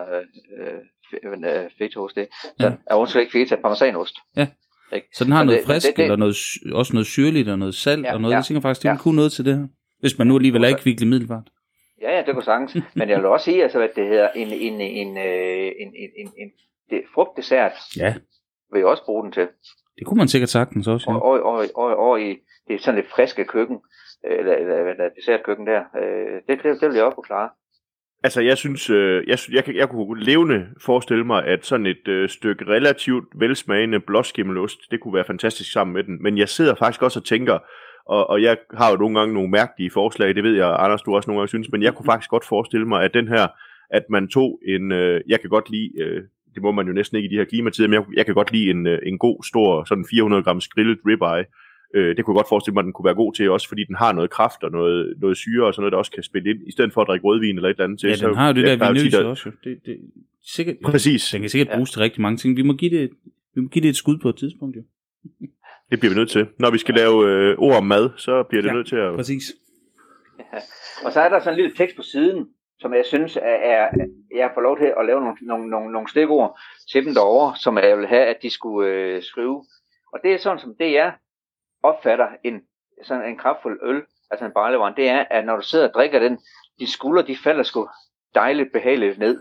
øh, øh, fetaost det. Så ja. er undskyld ikke feta, parmesanost. Ja. Ikke? Så den har så noget det, frisk, det, det, eller noget, også noget syrligt, og noget salt, ja, og noget, ja, jeg tænker faktisk, det ja. ville kunne noget til det her. Hvis man nu alligevel er i Kvickly Middelfart. Ja, ja, det kunne sagtens. Men jeg vil også sige, altså, at det hedder en, en, en, en, en, en, en, en det, frugtdessert. Ja. Vil jeg også bruge den til. Det kunne man sikkert sagtens også, ja. Og, og, og, og, og i det er sådan lidt friske køkken, eller, eller, eller dessertkøkken der, det, det, det vil jeg også kunne klare. Altså, jeg synes, øh, jeg, jeg, jeg kunne levende forestille mig, at sådan et øh, stykke relativt velsmagende blåskimmelost, det kunne være fantastisk sammen med den. Men jeg sidder faktisk også og tænker, og, og jeg har jo nogle gange nogle mærkelige forslag, det ved jeg, Anders, du også nogle gange synes, men jeg kunne faktisk godt forestille mig, at den her, at man tog en, øh, jeg kan godt lide... Øh, det må man jo næsten ikke i de her klimatider, men jeg, jeg kan godt lide en, en god, stor, sådan fire hundrede grams grillet ribeye. Øh, det kunne jeg godt forestille mig, at den kunne være god til også, fordi den har noget kraft og noget, noget syre og sådan noget, der også kan spille ind, i stedet for at drikke rødvin eller et eller andet til. Ja, den så, har jo det ja, der vinøse der... også. Det, det, sikkert, Præcis. Den kan sikkert bruges ja. til rigtig mange ting. Vi må give det, vi må give det et skud på et tidspunkt, jo. Det bliver vi nødt til. Når vi skal lave øh, ord om mad, så bliver det ja, nødt til at... præcis. Ja. Og så er der sådan en lille tekst på siden, som jeg synes, er, er, jeg får lov til at lave nogle, nogle, nogle, nogle stikord til dem derovre, som jeg vil have, at de skulle øh, skrive. Og det er sådan, som det er, opfatter en, sådan en kraftfuld øl, altså en barleywan, det er, at når du sidder og drikker den, de skuldre, de falder sgu dejligt behageligt ned.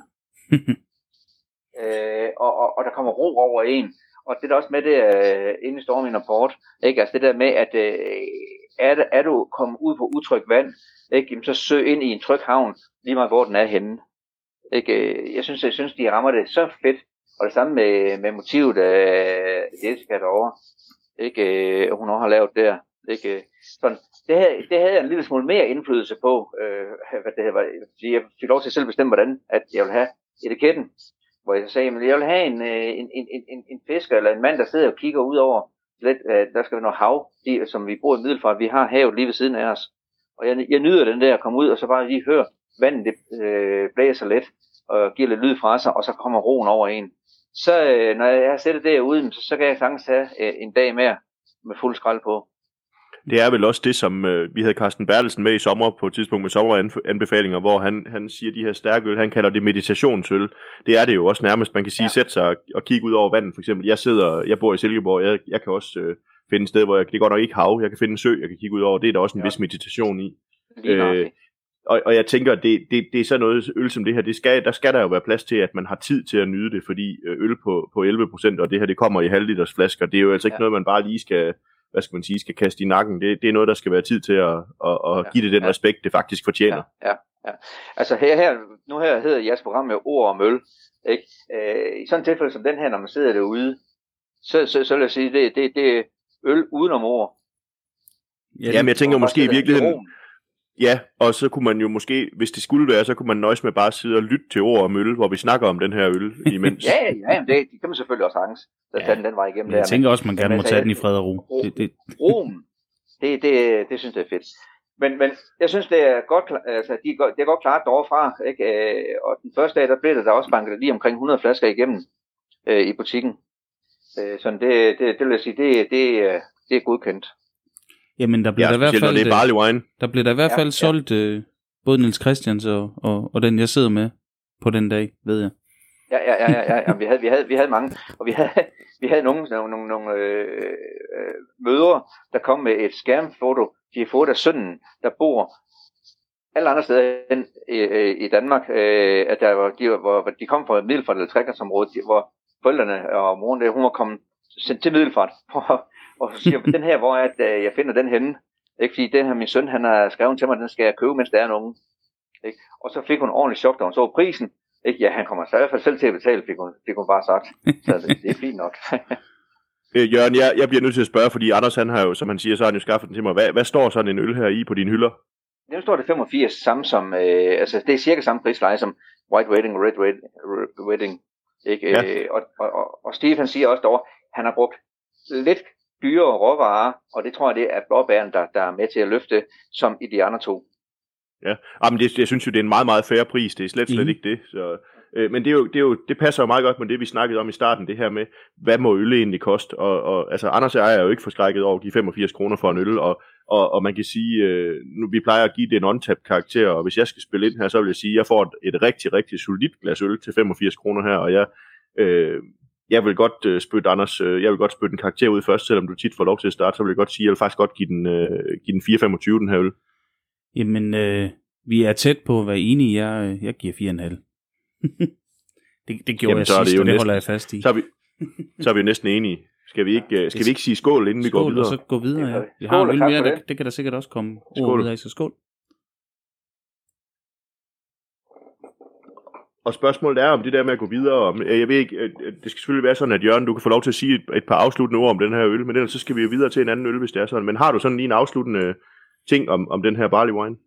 øh, og, og, og der kommer ro over en. Og det er også med det, øh, inde i Stormin Rapport, ikke? Altså det der med, at øh, er, er du kommet ud på utryg vand, ikke? Jamen, så søg ind i en tryg havn, lige meget hvor den er henne. Ikke? Jeg synes, jeg synes, de rammer det så fedt, Og det samme med, med motivet af Jessica derovre, ikke, øh, hun også har lavet der, ikke, sådan, det havde, det havde en lille smule mere indflydelse på, øh, hvad det var, fordi jeg fik lov til at selv bestemme, hvordan at jeg vil have etiketten, hvor jeg sagde, at jeg vil have en, en, en, en, en fisker eller en mand, der sidder og kigger ud over, lidt, øh, der skal være noget hav, de, som vi bor i Middelfart, vi har havet lige ved siden af os, og jeg, jeg nyder den der at komme ud, og så bare lige høre vandet, det øh, blæser lidt, og giver lidt lyd fra sig, og så kommer roen over en. Så øh, når jeg har sættet derude, så, så kan jeg sagtens have øh, en dag mere med fuld skrald på. Det er vel også det, som øh, vi havde Carsten Bertelsen med i sommer på et tidspunkt med sommeranbefalinger, hvor han, han siger, de her stærke øl, han kalder det meditationsøl. Det er det jo også nærmest, man kan sige, ja. Sætte sig og, og kigge ud over vandet, for eksempel. Jeg sidder, jeg bor i Silkeborg, jeg, jeg kan også øh, finde et sted, hvor jeg, det går nok ikke hav, jeg kan finde en sø, jeg kan kigge ud over, det er der også en ja. vis meditation i. Øh, og, og jeg tænker, det, det, det er sådan noget øl som det her, det skal, der skal der jo være plads til, at man har tid til at nyde det, fordi øl på, på elleve procent, og det her, det kommer i halvliters flasker, det er jo altså ikke ja. noget, man bare lige skal... hvad skal man sige, skal kaste i nakken. Det, det er noget, der skal være tid til at, at, at ja, give det den ja. respekt, det faktisk fortjener. Ja, ja, ja. Altså her, her, nu her hedder jeres program med ord om øl. Ikke? Øh, I sådan et tilfælde som den her, når man sidder derude, så, så, så vil jeg sige, det, det, det er øl udenom ord. Ja, Jamen jeg tænker måske i virkeligheden, ja, og så kunne man jo måske, hvis det skulle være, så kunne man nøjes med bare at sidde og lytte til ord om øl, hvor vi snakker om den her øl imens. ja, ja, det, det kan man selvfølgelig også angst. Der ja. tager den den vej igennem. Jeg der, tænker også, man gerne må tage den i fred og ro. ro det, det. Roen, det, det, det synes jeg er fedt. Men, men jeg synes, det er godt, altså, de er godt, det er godt klart derovre ikke? Og den første dag, der blev der, der også banket lige omkring hundrede flasker igennem øh, i butikken. Øh, så det, det, det vil jeg sige, det, det, det er godkendt. Jamen, der bliver ja, der i hvert fald, det er barley wine. Der bliver der i hvert fald ja, solgt øh, både Niels Christians og, og, og den, jeg sidder med på den dag, ved jeg. Ja, ja, ja, ja, ja. Jamen, vi havde, vi havde, vi havde mange, og vi havde, vi havde nogle, nogle, nogle, nogle øh, øh, mødre, der kom med et skærmfoto, de har fået af sønnen, der bor alle andre steder end i, øh, i Danmark, øh, at der var, de, hvor, de kom fra Middelfart eller Trekantsområdet, hvor forældrene og moren, der, hun var kommet sendt til Middelfart, og så siger jeg, den her, hvor er det, jeg finder den henne? Ikke, fordi den her, min søn, han har skrevet til mig, den skal jeg købe, mens der er nogen. Ikke? Og så fik hun ordentligt chok, da hun så prisen. Ikke? Ja, han kommer så i hvert fald selv til at betale, fik hun, fik hun bare sagt. Så det, det er fint nok. øh, Jørgen, jeg, jeg bliver nødt til at spørge, fordi Anders, han har jo, som han siger, så har han jo skaffet den til mig. Hvad, hvad står sådan en øl her i på dine hylder? Nu står det femogfirs, samme som, øh, altså det er cirka samme prisleje som White Wedding og Red Wedding. Ikke? Ja. Øh, og, og, og, og Steve, han siger også derovre, han har brugt lidt dyrere råvarer, og det tror jeg, det er blåbæren, der, der er med til at løfte, som i de andre to. Ja, men det, jeg synes jo, det er en meget, meget fair pris. Det er slet, slet mm. ikke det. Så, øh, men det, er jo, det, er jo, det passer jo meget godt med det, vi snakkede om i starten, det her med, hvad må øl egentlig koste? Og, og altså, Anders og jeg er jo ikke forskrækket over at give femogfirs kroner for en øl, og, og, og man kan sige, øh, nu vi plejer at give det en untapped karakter, og hvis jeg skal spille ind her, så vil jeg sige, at jeg får et, et rigtig, rigtig solidt glas øl til femogfirs kroner her, og jeg... Øh, Jeg vil godt øh, spytte Anders, øh, jeg vil godt spytte en karakter ud først, selvom du tit får lov til at starte, så vil jeg godt sige, at jeg vil faktisk godt give den, øh, give den fire komma femogtyve, den her øl. Jamen, øh, vi er tæt på at være enige, jeg, jeg giver fire komma fem. det, det gjorde Jamen, jeg sidst, det og det næsten, holder jeg fast i. Så er vi, så er vi jo næsten enige. Skal vi ikke, skal vi ikke sige skål, inden vi skål, går videre? Skål, og så gå videre, ja. Vi har øl mere, det, det kan der sikkert også komme ord videre i, så skål. Og spørgsmålet er om det der med at gå videre. Om, jeg ved ikke, det skal selvfølgelig være sådan, at Jørgen, du kan få lov til at sige et, et par afsluttende ord om den her øl, men ellers så skal vi jo videre til en anden øl, hvis det er sådan. Men har du sådan lige en afsluttende ting om, om den her barley wine?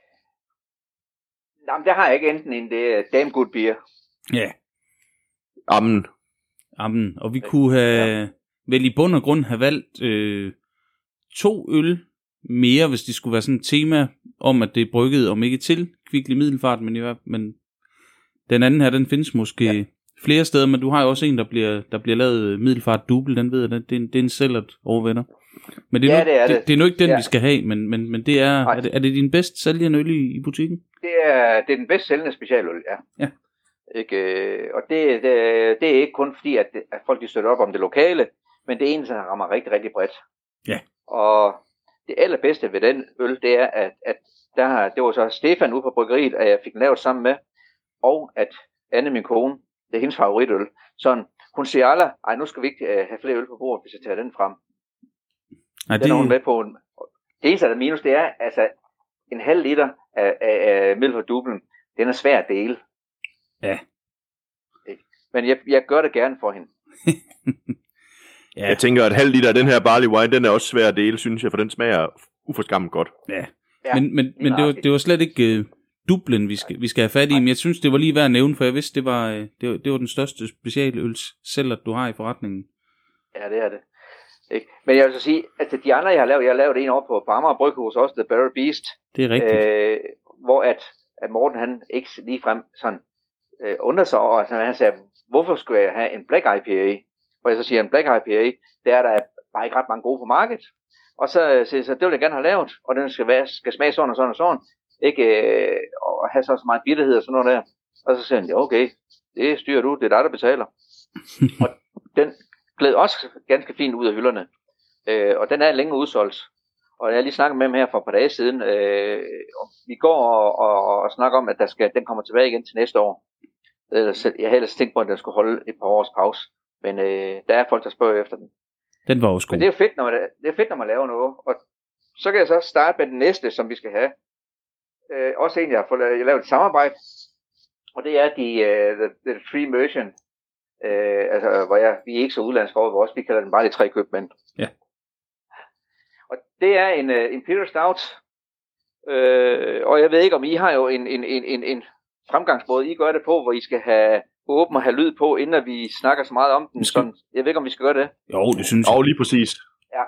Jamen, det har jeg ikke enten en, det er damn good beer. Ja. Amen. Amen. Og vi kunne have, ja. vel i bund og grund have valgt øh, to øl mere, hvis det skulle være sådan et tema om, at det er brygget, om ikke til Kvickly Middelfart, men i hvert fald, men den anden her, den findes måske ja. flere steder, men du har jo også en, der bliver, der bliver lavet Middelfart Double, den ved jeg, det er en, det er en Cellert overvinder. Men det er, ja, nu, det, er det. Det, det er nu ikke den, ja. vi skal have, men, men, men det er, er det, er det din bedst sælgende øl i, i butikken? Det er, det er den bedst sælgende specialøl, ja. ja. Ikke, og det, det, det er ikke kun fordi, at, det, at folk de støtter op om det lokale, men det er en, der rammer rigtig, rigtig bredt. Ja. Og det allerbedste ved den øl, det er, at, at der, det var så Stefan ude på bryggeriet, at jeg fik den lavet sammen med, og at Anne, min kone, det er hendes favoritøl. Sådan, hun siger alle, ej, nu skal vi ikke uh, have flere øl på bordet, hvis jeg tager den frem. Ej, den det... er hun med på. En... Det eneste, der er minus, det er, altså, en halv liter af, af, af Middelfart Dublen, den er svær at dele. Ja. Men jeg, jeg gør det gerne for hende. Ja. Jeg tænker, at halv liter af den her barley wine, den er også svær at dele, synes jeg, for den smager uforskammet godt. Ja, ja. men, men, men det, var, det var slet ikke uh, dublen, vi skal, vi skal have fat i, men jeg synes, det var lige værd at nævne, for jeg vidste, det var, uh, det var, det var den største specialøls sælger, du har i forretningen. Ja, det er det. Ikke? Men jeg vil så sige, at de andre, jeg har lavet, jeg har lavet en over på, på Amager Bryghus også, The Barrel Beast. Det er rigtigt. Øh, hvor at, at Morten, han ikke ligefrem sådan øh, undrer sig over, altså, han sagde, hvorfor skulle jeg have en Black I P A? Og jeg så siger, en Black I P A, der er der bare ikke ret mange gode på markedet. Og så siger jeg, så det vil jeg gerne have lavet, og den skal, være, skal smage sådan og sådan og sådan, ikke, øh, og have så, så meget bitterhed og sådan noget der. Og så siger han, ja okay, det styrer du, det er dig, der betaler. Og den gled også ganske fint ud af hylderne, øh, og den er længe udsolgt. Og jeg har lige snakket med ham her for et par dage siden, øh, og vi går og, og, og snakker om, at der skal, den kommer tilbage igen til næste år. Jeg havde ellers tænkt på, at den skulle holde et par års pause, men øh, der er folk, der spørger efter den. Den var også god. Men det er jo fedt, når man, det er fedt, når man laver noget. Og så kan jeg så starte med den næste, som vi skal have. Øh, også en, jeg har fået, jeg lavet et samarbejde. Og det er de uh, the, the Three Merchant. Øh, altså, hvor jeg, vi er ikke så udlandsk over vores. Vi kalder den bare de tre købmænd. Ja. Og det er en uh, Imperial Stout. Øh, og jeg ved ikke, om I har jo en, en, en, en, en fremgangsmåde, I gør det på, hvor I skal have åben og have lyd på, inden vi snakker så meget om den. Skal... Sådan, jeg ved ikke, om vi skal gøre det. Jo, det synes jeg. Jo, lige præcis. Ja.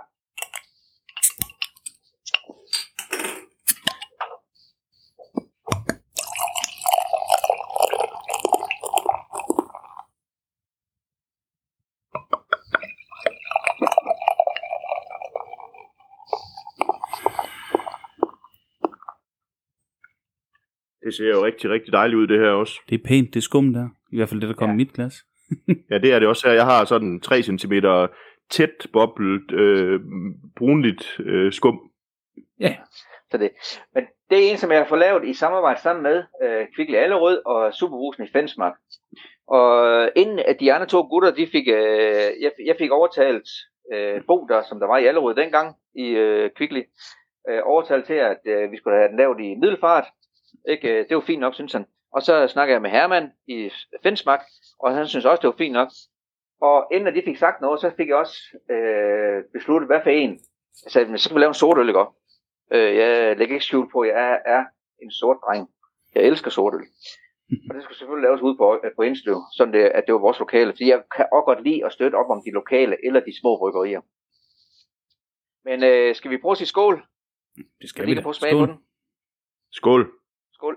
Det ser jo rigtig, rigtig dejligt ud, det her også. Det er pænt, det skum der. I hvert fald det, der kommer ja. i mit glas. Ja, det er det også her. Jeg har sådan tre centimeter tæt boblet, øh, brunligt øh, skum. Ja, så det. Men det er en, som jeg har fået lavet i samarbejde sammen med øh, Kvickly Allerød og Superbrusen i Fensmark. Og inden at de andre to gutter, de fik, øh, jeg, jeg fik overtalt øh, Bo, der, som der var i Allerød dengang i øh, Kvickly, øh, overtalt til, at øh, vi skulle have den lavet i middelfart. Ikke? Det var fint nok, synes han. Og så snakkede jeg med Herman i Fensmark, og han synes også, det var fint nok. Og inden at de fik sagt noget, så fik jeg også øh, besluttet, hvad for en. Jeg sagde, så skal vi lave en sort øl, ikke? Øh, jeg lægger ikke skjult på, at jeg er, er en sort dreng. Jeg elsker sort øl. Og det skal selvfølgelig laves ude på, på Indslev, sådan det, at det var vores lokale. Fordi jeg kan også godt lide at støtte op om de lokale eller de små bryggerier. Men øh, skal vi prøve at sige skål? Det skal vi da. Prøve at smage på den. Skål. Skål.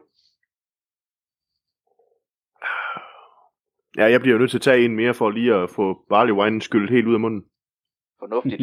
Ja, jeg bliver nødt til at tage en mere for lige at få barley wine skyllet helt ud af munden. Fornuftigt.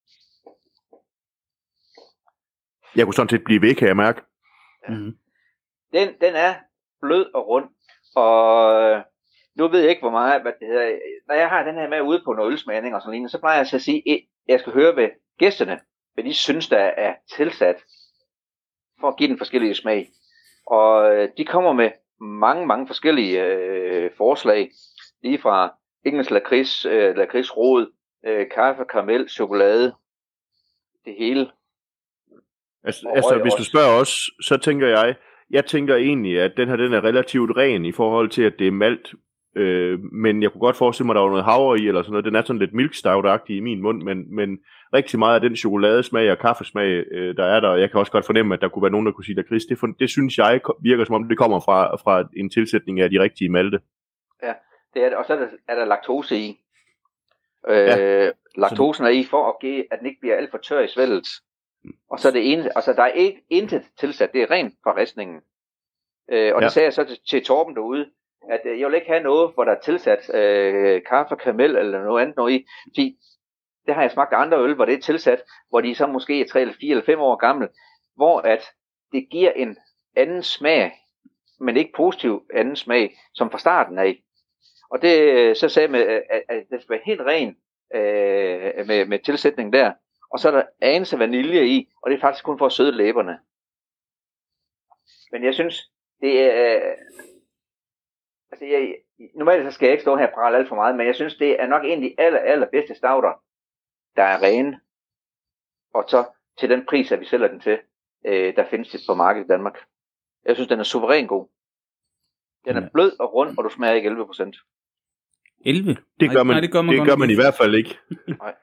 Jeg kunne sådan set blive væk, kan jeg mærke. Ja. Den, den er blød og rund, og nu ved jeg ikke, hvor meget, hvad det hedder. Når jeg har den her med ude på noget ølsmagning og sådan noget, så plejer jeg at sige, at jeg skal høre ved gæsterne, hvad de synes, der er tilsat, for at give den forskellige smag. Og de kommer med mange, mange forskellige øh, forslag, lige fra engelsk lakrids, øh, lakridsrod, øh, kaffe, karamel, chokolade, det hele. Altså, altså hvis du spørger os, så tænker jeg, jeg tænker egentlig, at den her den er relativt ren i forhold til, at det er malt, øh, men jeg kunne godt forestille mig, at der var noget havre i, eller sådan noget. Den er sådan lidt milk stout-agtig i min mund, men, men rigtig meget af den chokoladesmag og kaffesmag, øh, der er der, jeg kan også godt fornemme, at der kunne være nogen, der kunne sige lakrids. Det, det synes jeg virker som om, det kommer fra, fra en tilsætning af de rigtige malte. Ja, det er det. Og så er der, er der laktose i. Øh, ja. Laktosen er i for at give, at den ikke bliver alt for tør i svældet. Og så er det ene, altså der er ikke intet tilsat, det er rent fra ristningen. Øh, og ja. Det sagde jeg så til, til Torben derude, at øh, jeg vil ikke have noget, hvor der er tilsat øh, kaffe, karamel eller noget andet noget i. Fordi det har jeg smagt af andre øl, hvor det er tilsat, hvor de så måske er tre eller fire eller fem år gamle, hvor at det giver en anden smag, men ikke positiv anden smag, som fra starten af. Og det så sagde jeg, med, at, at det skal være helt ren øh, med, med tilsætning der. Og så er der anelse vanilje i, og det er faktisk kun for at søde læberne. Men jeg synes, det er... Altså, jeg, normalt så skal jeg ikke stå her og prale alt for meget, men jeg synes, det er nok en af de aller, aller bedste stauder, der er rene. Og så til den pris, at vi sælger den til, øh, der findes det på markedet i Danmark. Jeg synes, den er suveræn god. Den er blød og rund, og du smager ikke elleve procent. elleve? Det gør man, nej, det gør man, det gør man i hvert fald ikke. Nej.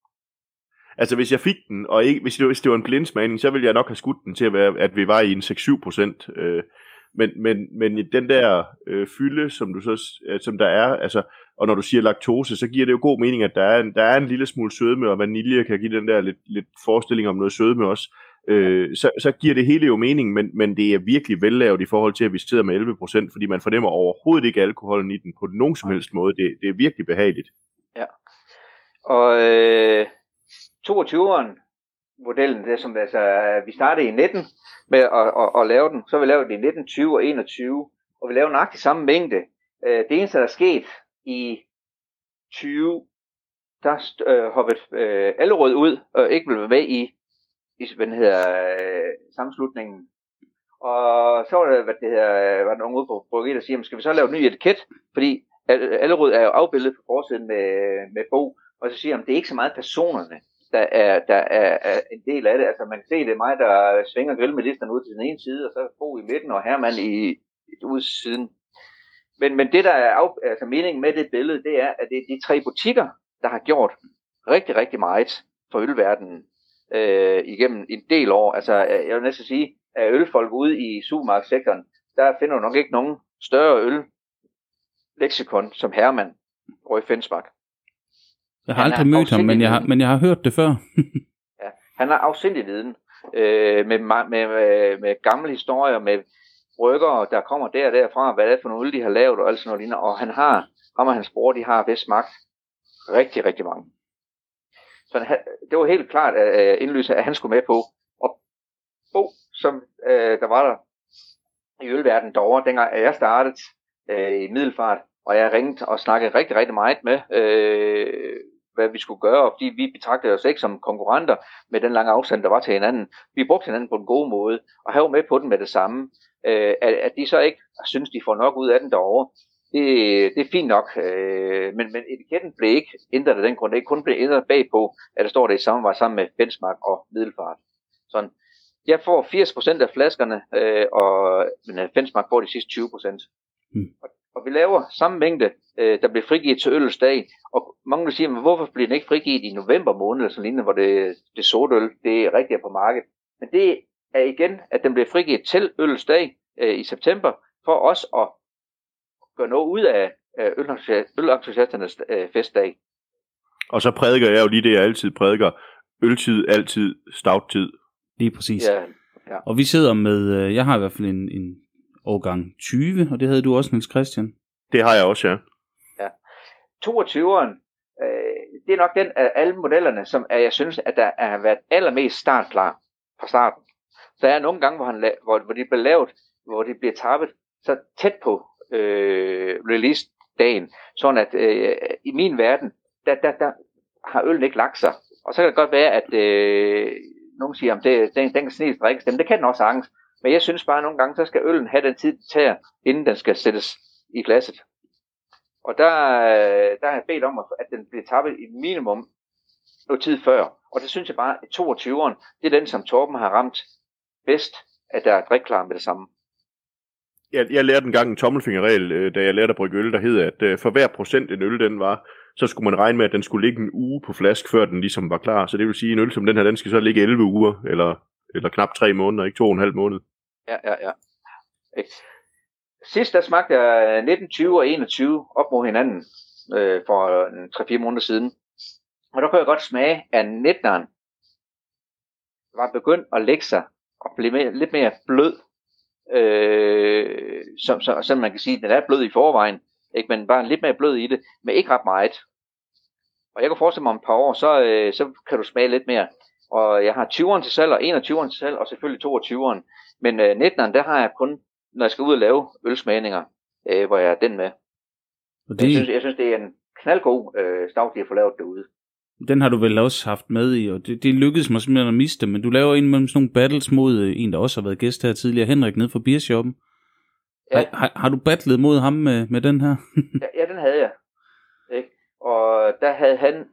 Altså, hvis jeg fik den, og ikke, hvis, det var, hvis det var en blindsmagning, så ville jeg nok have skudt den til at være, at vi var i en seks syv procent. Øh, men, men, men den der øh, fylde, som, du så, øh, som der er, altså, og når du siger laktose, så giver det jo god mening, at der er en, der er en lille smule sødme, og vanilje kan give den der lidt, lidt forestilling om noget sødme også. Øh, så, så giver det hele jo mening, men, men det er virkelig vellavet i forhold til, at vi sidder med elleve procent, fordi man fornemmer overhovedet ikke alkoholen i den på nogen som helst måde. Det, det er virkelig behageligt. Ja. Og øh, toogtyveren modellen, det er som altså, vi startede i nitten med at, at, at lave den, så vi lavede det i nitten, tyve og enogtyve, og vi lavede nøjagtigt samme mængde. Øh, det eneste, der er sket i tyve, der øh, hoppede øh, Allerød ud, og ikke blev med i, i hvad den hedder, øh, sammenslutningen. Og så var der, hvad det hedder, var der nogen ude på bryggeriet, der siger, skal vi så lave en ny etiket? Fordi Allerød er jo afbildet på forsiden med, med Bo, og så siger han, det er ikke så meget personerne, der er, der er, er en del af det. Altså man kan se, det er mig, der svinger grillmedisterne ud til den ene side, og så Bo i midten, og Herman i, ud til siden. Men, men det, der er af, altså meningen med det billede, det er, at det er de tre butikker, der har gjort rigtig, rigtig meget for ølverdenen øh, igennem en del år. Altså jeg vil næsten sige, at ølfolk ude i supermarkedssektoren, der finder du nok ikke nogen større øl-leksikon som Herman Røg Fensbak. Jeg har han aldrig mødt ham, men jeg har, men jeg har hørt det før. Ja, han har afsindig viden øh, med, med, med, med gamle historier, med rykkere, der kommer der og derfra, hvad det er for nogle øl, de har lavet og alt sådan noget lignende. Og han har, ham og hans bror, de har vist smagt rigtig, rigtig mange. Så han, det var helt klart at uh, indlyse, at han skulle med på. Og Bo, som uh, der var der i ølverdenen derovre, dengang jeg startede uh, i Middelfart, og jeg ringede og snakkede rigtig, rigtig meget med, øh, hvad vi skulle gøre, fordi vi betragtede os ikke som konkurrenter med den lange afstand, der var til hinanden. Vi brugte hinanden på en god måde, og have med på den med det samme. Øh, at, at de så ikke synes, de får nok ud af den derovre, det, det er fint nok. Øh, men, men etiketten blev ikke ændret af den grund. Det er kun blevet ændret bagpå, at der står det i samarbejde sammen med Fensmark og Middelfart. Sådan. Jeg får firs procent af flaskerne, øh, og Fensmark får de sidste tyve procent. Hmm. Og, og vi laver samme mængde, øh, der bliver frigivet til ølets dag. Og mange vil sige, men hvorfor bliver den ikke frigivet i november måned, eller sådan lignende, hvor det, det sortøl, det er rigtigt på markedet. Men det er igen, at den bliver frigivet til ølets dag øh, i september, for os at gøre noget ud af øh, ølentusiasternes øh, festdag. Og så prædiker jeg jo lige det, jeg altid prædiker. Øltid, altid, stouttid. Lige præcis. Ja, ja. Og vi sidder med, øh, jeg har i hvert fald en, en årgang tyve, og det havde du også, Niels Christian. Det har jeg også, ja. Ja. toogtyveren, øh, det er nok den af alle modellerne, som er, jeg synes, at der har været allermest startklar fra starten. Så er nogle gange, hvor, han, hvor, hvor de bliver lavet, hvor de bliver tappet så tæt på øh, release-dagen, sådan at øh, i min verden, der, der, der har øllen ikke lagt sig. Og så kan det godt være, at øh, nogen siger, at det, den, den kan snilt drikkes, men det kan den også sagtens. Men jeg synes bare, at nogle gange, så skal øllen have den tid, det tager, inden den skal sættes i glasset. Og der, der har jeg bedt om, at den bliver tappet i minimum noget tid før. Og det synes jeg bare, at toogtyveren, det er den, som Torben har ramt bedst, at der er drikklar med det samme. Jeg, jeg lærte engang en tommelfingerregel, da jeg lærte at brygge øl, der hed, at for hver procent en øl, den var, så skulle man regne med, at den skulle ligge en uge på flask, før den ligesom var klar. Så det vil sige, at en øl som den her, den skal så ligge elleve uger, eller, eller knap tre måneder, ikke to og en halv måned. Ja, ja, ja. Sidst der smagte jeg nitten, tyve og enogtyve op mod hinanden øh, for tre fire måneder siden. Og der kunne jeg godt smage, at nitteneren var begyndt at lægge sig og blive mere, lidt mere blød. Øh, som, så, som man kan sige, den er blød i forvejen, ikke? Men bare lidt mere blød i det, men ikke ret meget. Og jeg kan forestille mig om et par år, så, øh, så kan du smage lidt mere. Og jeg har tyveren til salg, og enogtyveren til salg, og selvfølgelig toogtyveren. Men øh, nitteneren, der har jeg kun, når jeg skal ud og lave ølsmagninger, øh, hvor jeg er den med. Det... Jeg, synes, jeg synes, det er en knaldgod øh, stout, de har fået lavet derude. Den har du vel også haft med i, og det, det lykkedes mig simpelthen at miste, men du laver en mellem sådan nogle battles mod en, der også har været gæst her tidligere, Henrik, nede fra Biershoppen. Ja. Har, har, har du battlet mod ham med, med den her? ja, ja, den havde jeg. Ikke? Og der havde han...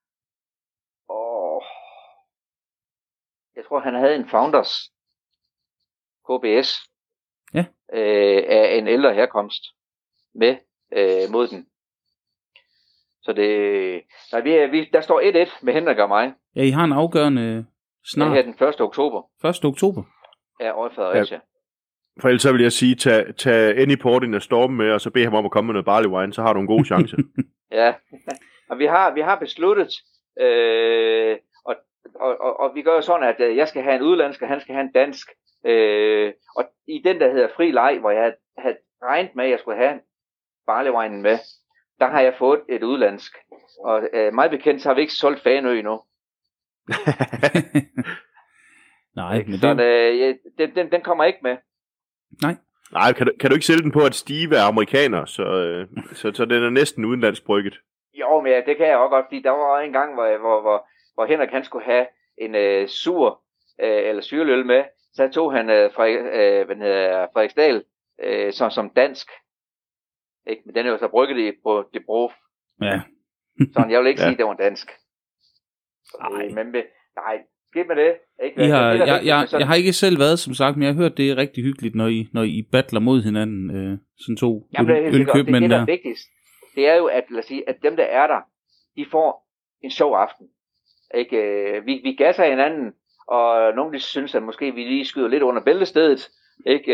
Åh, jeg tror, han havde en Founders K B S ja. øh, af en ældre herkomst med øh, mod den. Så det, nej, vi, vi, der står et et med Henrik og mig. Ja, I har en afgørende snart. Det her den første oktober. første oktober? Ja, over i Fredericia. Ja. For ellers så vil jeg sige, tag, tag Annie Portin og Storm med, og så bed ham om at komme med noget barley wine, så har du en god chance. Ja, og vi har, vi har besluttet, øh, og, og, og, og vi gør jo sådan, at øh, jeg skal have en udlandsk, og han skal have en dansk. Øh, og i den, der hedder Fri Leg, hvor jeg havde regnet med, at jeg skulle have barley wine med, der har jeg fået et udlandsk. Og øh, meget bekendt, så har vi ikke solgt Fanø endnu. Nej, men så det... øh, den, den, den kommer ikke med. Nej. Nej, kan du, kan du ikke sælge den på, at Steve er amerikaner, så, øh, så, så den er næsten udenlandsk brygget? Jo, men ja, det kan jeg også godt, fordi der var en gang, hvor, hvor, hvor, hvor Henrik han skulle have en øh, sur øh, eller syreløl med, så tog han øh, Frederik, øh, hvad hedder, Frederiksdal øh, som, som dansk. Ikke? Men den er jo så brygget i på det brug. Ja. Så jeg vil ikke ja. sige, at det var dansk. Nej. Men nej, skidt med det. Ikke? I har, det, der jeg, jeg, sådan... jeg har ikke selv været, som sagt, men jeg har hørt, det er rigtig hyggeligt, når I, når I battler mod hinanden, øh, sådan to Jamen, øl, ølkøbmænd der. Det, det, der er vigtigst, det er jo, at, lad os sige, at dem, der er der, de får en sjov aften. Ikke? Vi, vi gasser hinanden, og nogle de synes, at måske vi lige skyder lidt under bæltestedet. Ikke?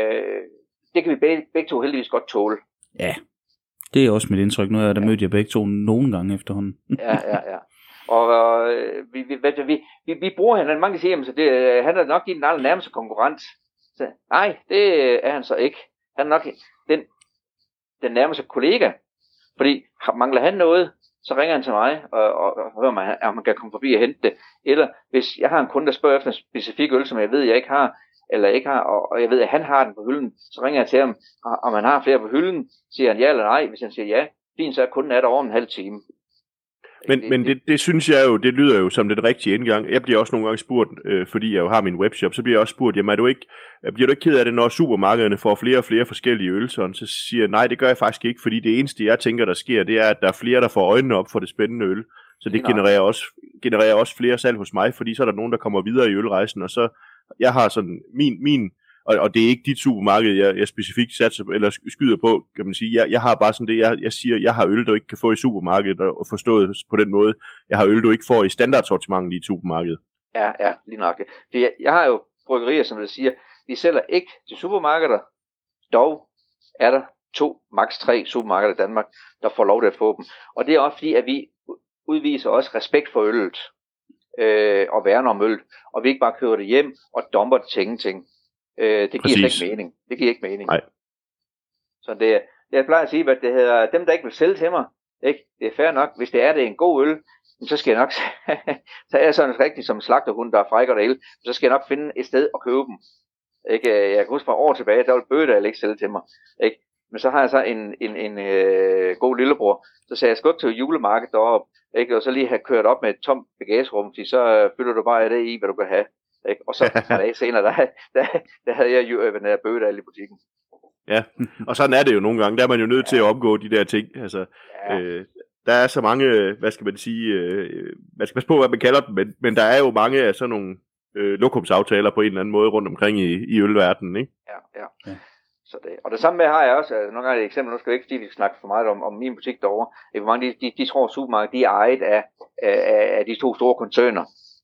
Det kan vi begge, begge to heldigvis godt tåle. Ja, det er også mit indtryk. Nu er der ja. mødt jer begge to nogle gange efterhånden. ja, ja, ja. Og øh, vi, vi, vi, vi, vi bruger hinanden. Mange siger, at det, han er nok din nærmeste konkurrent. Så, nej, det er han så ikke. Han er nok den, den nærmeste kollega. Fordi mangler han noget, så ringer han til mig, og, og, og hører mig, om man kan komme forbi og hente det. Eller hvis jeg har en kunde, der spørger efter en specifik øl, som jeg ved, jeg ikke har, eller ikke har, og, og jeg ved, at han har den på hylden, så ringer jeg til ham, om han har flere på hylden, siger han ja eller nej. Hvis han siger ja, fint, så er kunden er der over en halv time. Men, det, men det, det synes jeg jo, det lyder jo som den rigtige indgang. Jeg bliver også nogle gange spurgt, øh, fordi jeg jo har min webshop, så bliver jeg også spurgt, jamen er du ikke, bliver du ikke ked af det, når supermarkederne får flere og flere forskellige øl? Så siger jeg, nej, det gør jeg faktisk ikke, fordi det eneste, jeg tænker, der sker, det er, at der er flere, der får øjnene op for det spændende øl. Så det genererer også, genererer også flere salg hos mig, fordi så er der nogen, der kommer videre i ølrejsen, og så, jeg har sådan, min, min og, og det er ikke dit supermarked, jeg, jeg specifikt satser eller skyder på, kan man sige. Jeg, jeg har bare sådan det, jeg, jeg siger, jeg har øl, du ikke kan få i supermarkedet, og forstået på den måde. Jeg har øl, du ikke får i standardsortimentet i et supermarked. Ja, ja, lige nok. Jeg, jeg har jo bryggerier, som jeg siger, de sælger ikke til supermarkeder, dog er der to, maks tre supermarkeder i Danmark, der får lov til at få dem. Og det er også fordi, at vi udviser også respekt for øllet, øh, og værner om øllet, og vi ikke bare kører det hjem og dumper det til ingenting. Øh, det giver ikke mening. Det giver ikke mening. Nej. Så det, det jeg plejer at sige, at det hedder, dem der ikke vil sælge til mig, ikke? Det er fair nok. Hvis det er det er en god øl, så skal jeg nok, så er jeg sådan rigtig som en slagterhund, der er frækker det hele, så skal jeg nok finde et sted at købe dem. Ikke? Jeg kan huske fra år tilbage, der ville Bøgedal ikke sælge til mig. Ikke? Men så har jeg så en, en, en øh, god lillebror, så sagde jeg, skal gå til julemarkedet deroppe, ikke? Og så lige have kørt op med et tomt bagagerum, fordi så øh, fylder du bare det i, hvad du kan have. Ikke? Og så en dag senere, der, der, der havde jeg jo øh, den Bøgedal i butikken. Ja, og sådan er det jo nogle gange. Der er man jo nødt ja. til at omgå de der ting. Altså, ja. øh, der er så mange, hvad skal man sige, øh, man skal passe på, hvad man kalder dem, men, men der er jo mange af sådan nogle øh, lokumsaftaler på en eller anden måde rundt omkring i, i ølverdenen, ikke? Ja, ja. ja. Så det. Og det samme med har jeg også, altså, nogle gange et eksempel, nu skal vi ikke, fordi vi skal snakke for meget om, om min butik derovre, hvor mange de, de, de tror, at supermarkedet de er ejet af, af, af de to store koncerner.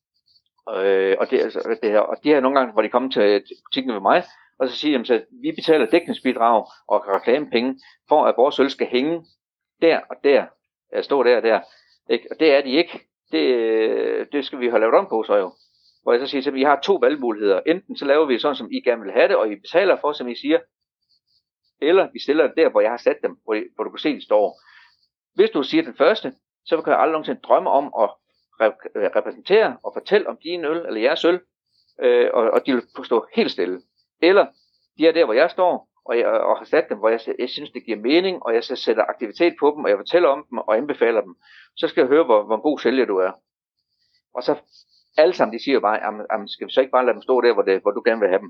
Øh, og, det, altså, det her, og de her nogle gange, hvor de kommer til butikken ved mig, og så siger de, at vi betaler dækningsbidrag og reklamepenge, for at vores øl skal hænge der og der, stå der og der. Ikke? Og det er de ikke. Det, det skal vi have lavet om på, så jo. Hvor jeg så siger, at vi har to valgmuligheder. Enten så laver vi sådan, som I gerne vil have det, og I betaler for, som I siger, eller vi stiller det der, hvor jeg har sat dem, hvor, hvor du kan se, de står. Hvis du siger den første, så kan jeg aldrig nogensinde drømme om at rep- repræsentere og fortælle om din øl, eller jeres øl, øh, og, og de vil stå helt stille. Eller de er der, hvor jeg står, og jeg og har sat dem, hvor jeg, jeg synes, det giver mening, og jeg sætter aktivitet på dem, og jeg fortæller om dem, og anbefaler dem. Så skal jeg høre, hvor, hvor en god sælger du er. Og så alle sammen, de siger jo bare, jamen, jamen, skal vi så ikke bare lade dem stå der, hvor, det, hvor du gerne vil have dem?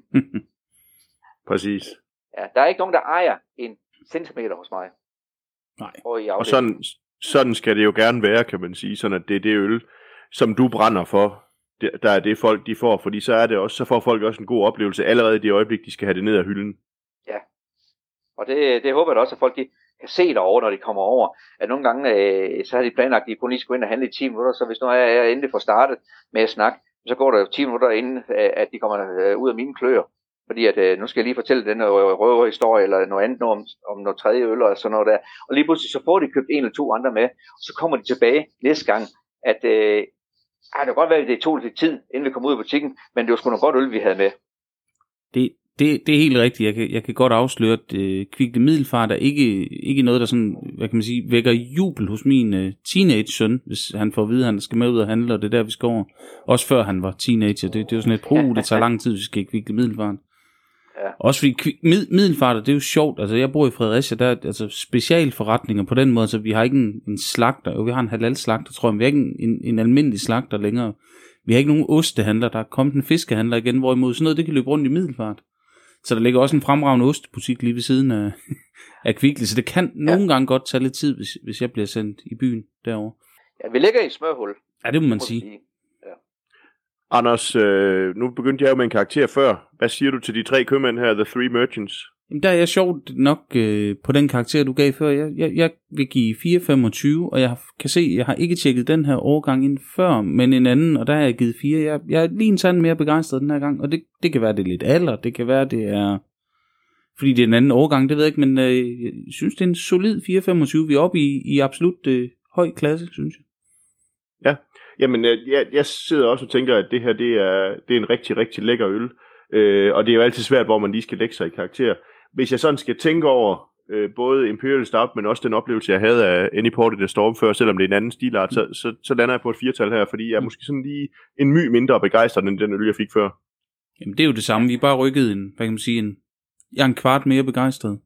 Præcis. Ja, der er ikke nogen, der ejer en centimeter hos mig. Nej. Og, og sådan, sådan skal det jo gerne være, kan man sige, sådan at det er det øl, som du brænder for, det, der er det folk, de får, fordi så er det også, så får folk også en god oplevelse allerede i det øjeblik, de skal have det ned af hylden. Ja, og det, det håber jeg da også, at folk, de, kan se derovre, når de kommer over. At nogle gange, øh, så har de planlagt, at de kun lige skal gå ind og handle i ti minutter, så hvis nu er jeg endelig får startet med at snakke, så går der jo ti minutter inden, at de kommer øh, ud af mine kløer. Fordi at, øh, nu skal jeg lige fortælle den røverhistorie, eller noget andet om, om noget tredje øl, eller sådan noget der. Og lige pludselig så får de købt en eller to andre med, og så kommer de tilbage næste gang, at øh, ej, det kan godt være, at det tog lidt tid, inden vi kom ud af butikken, men det var sgu noget godt øl, vi havde med. Det, det, det er helt rigtigt. Jeg kan, jeg kan godt afsløre, at øh, Kvickly Middelfart er ikke, ikke noget, der sådan, hvad kan man sige, vækker jubel hos min øh, teenage-søn, hvis han får at vide, at han skal med ud og handle, og det er der, vi skal over. Også før han var teenager. Det, det er jo sådan et pro, det tager lang tid, hvis vi skal i Kvickly Middelfart. Ja. Også fordi mid, Middelfart, det er jo sjovt. Altså, jeg bor i Fredericia, der er altså specialforretninger på den måde, så vi har ikke en, en slagter. Jo, vi har en halal slagter, tror jeg, men vi har ikke en, en, en almindelig slagter længere. Vi har ikke nogen ostehandler, der er kommet en fiskehandler igen, hvorimod sådan noget, det kan løbe rundt i Middelfart. Så der ligger også en fremragende ostebutik lige ved siden af, af Kvickly, så det kan ja. nogle gange godt tage lidt tid, hvis, hvis jeg bliver sendt i byen derovre. Ja, vi ligger i et smørhul. Ja, det må man sige. sige. Anders, øh, nu begyndte jeg jo med en karakter før. Hvad siger du til de tre købmænd her, The Three Merchants? Jamen, der er jeg sjovt nok øh, på den karakter, du gav før. Jeg, jeg, jeg vil give fire komma femogtyve, og jeg kan se, jeg har ikke tjekket den her årgang ind før, men en anden, og der har jeg givet fire. Jeg, jeg er lige en tand mere begejstret den her gang, og det, det kan være, det er lidt alder, det kan være, det er fordi det er en anden årgang, det ved jeg ikke, men øh, jeg synes, det er en solid fire komma femogtyve. Vi er oppe i, i absolut øh, høj klasse, synes jeg. Ja. Jamen, jeg, jeg sidder også og tænker, at det her, det er, det er en rigtig, rigtig lækker øl. Øh, og det er jo altid svært, hvor man lige skal lægge sig i karakter. Hvis jeg sådan skal tænke over øh, både Imperial Stout, men også den oplevelse, jeg havde af Any Port in the Storm før, selvom det er en anden stilart, så, så, så lander jeg på et firtal her, fordi jeg er måske sådan lige en my mindre begejstret, end den øl, jeg fik før. Jamen, det er jo det samme. Vi er bare rykket en, hvad kan man sige, en, jeg er en kvart mere begejstret.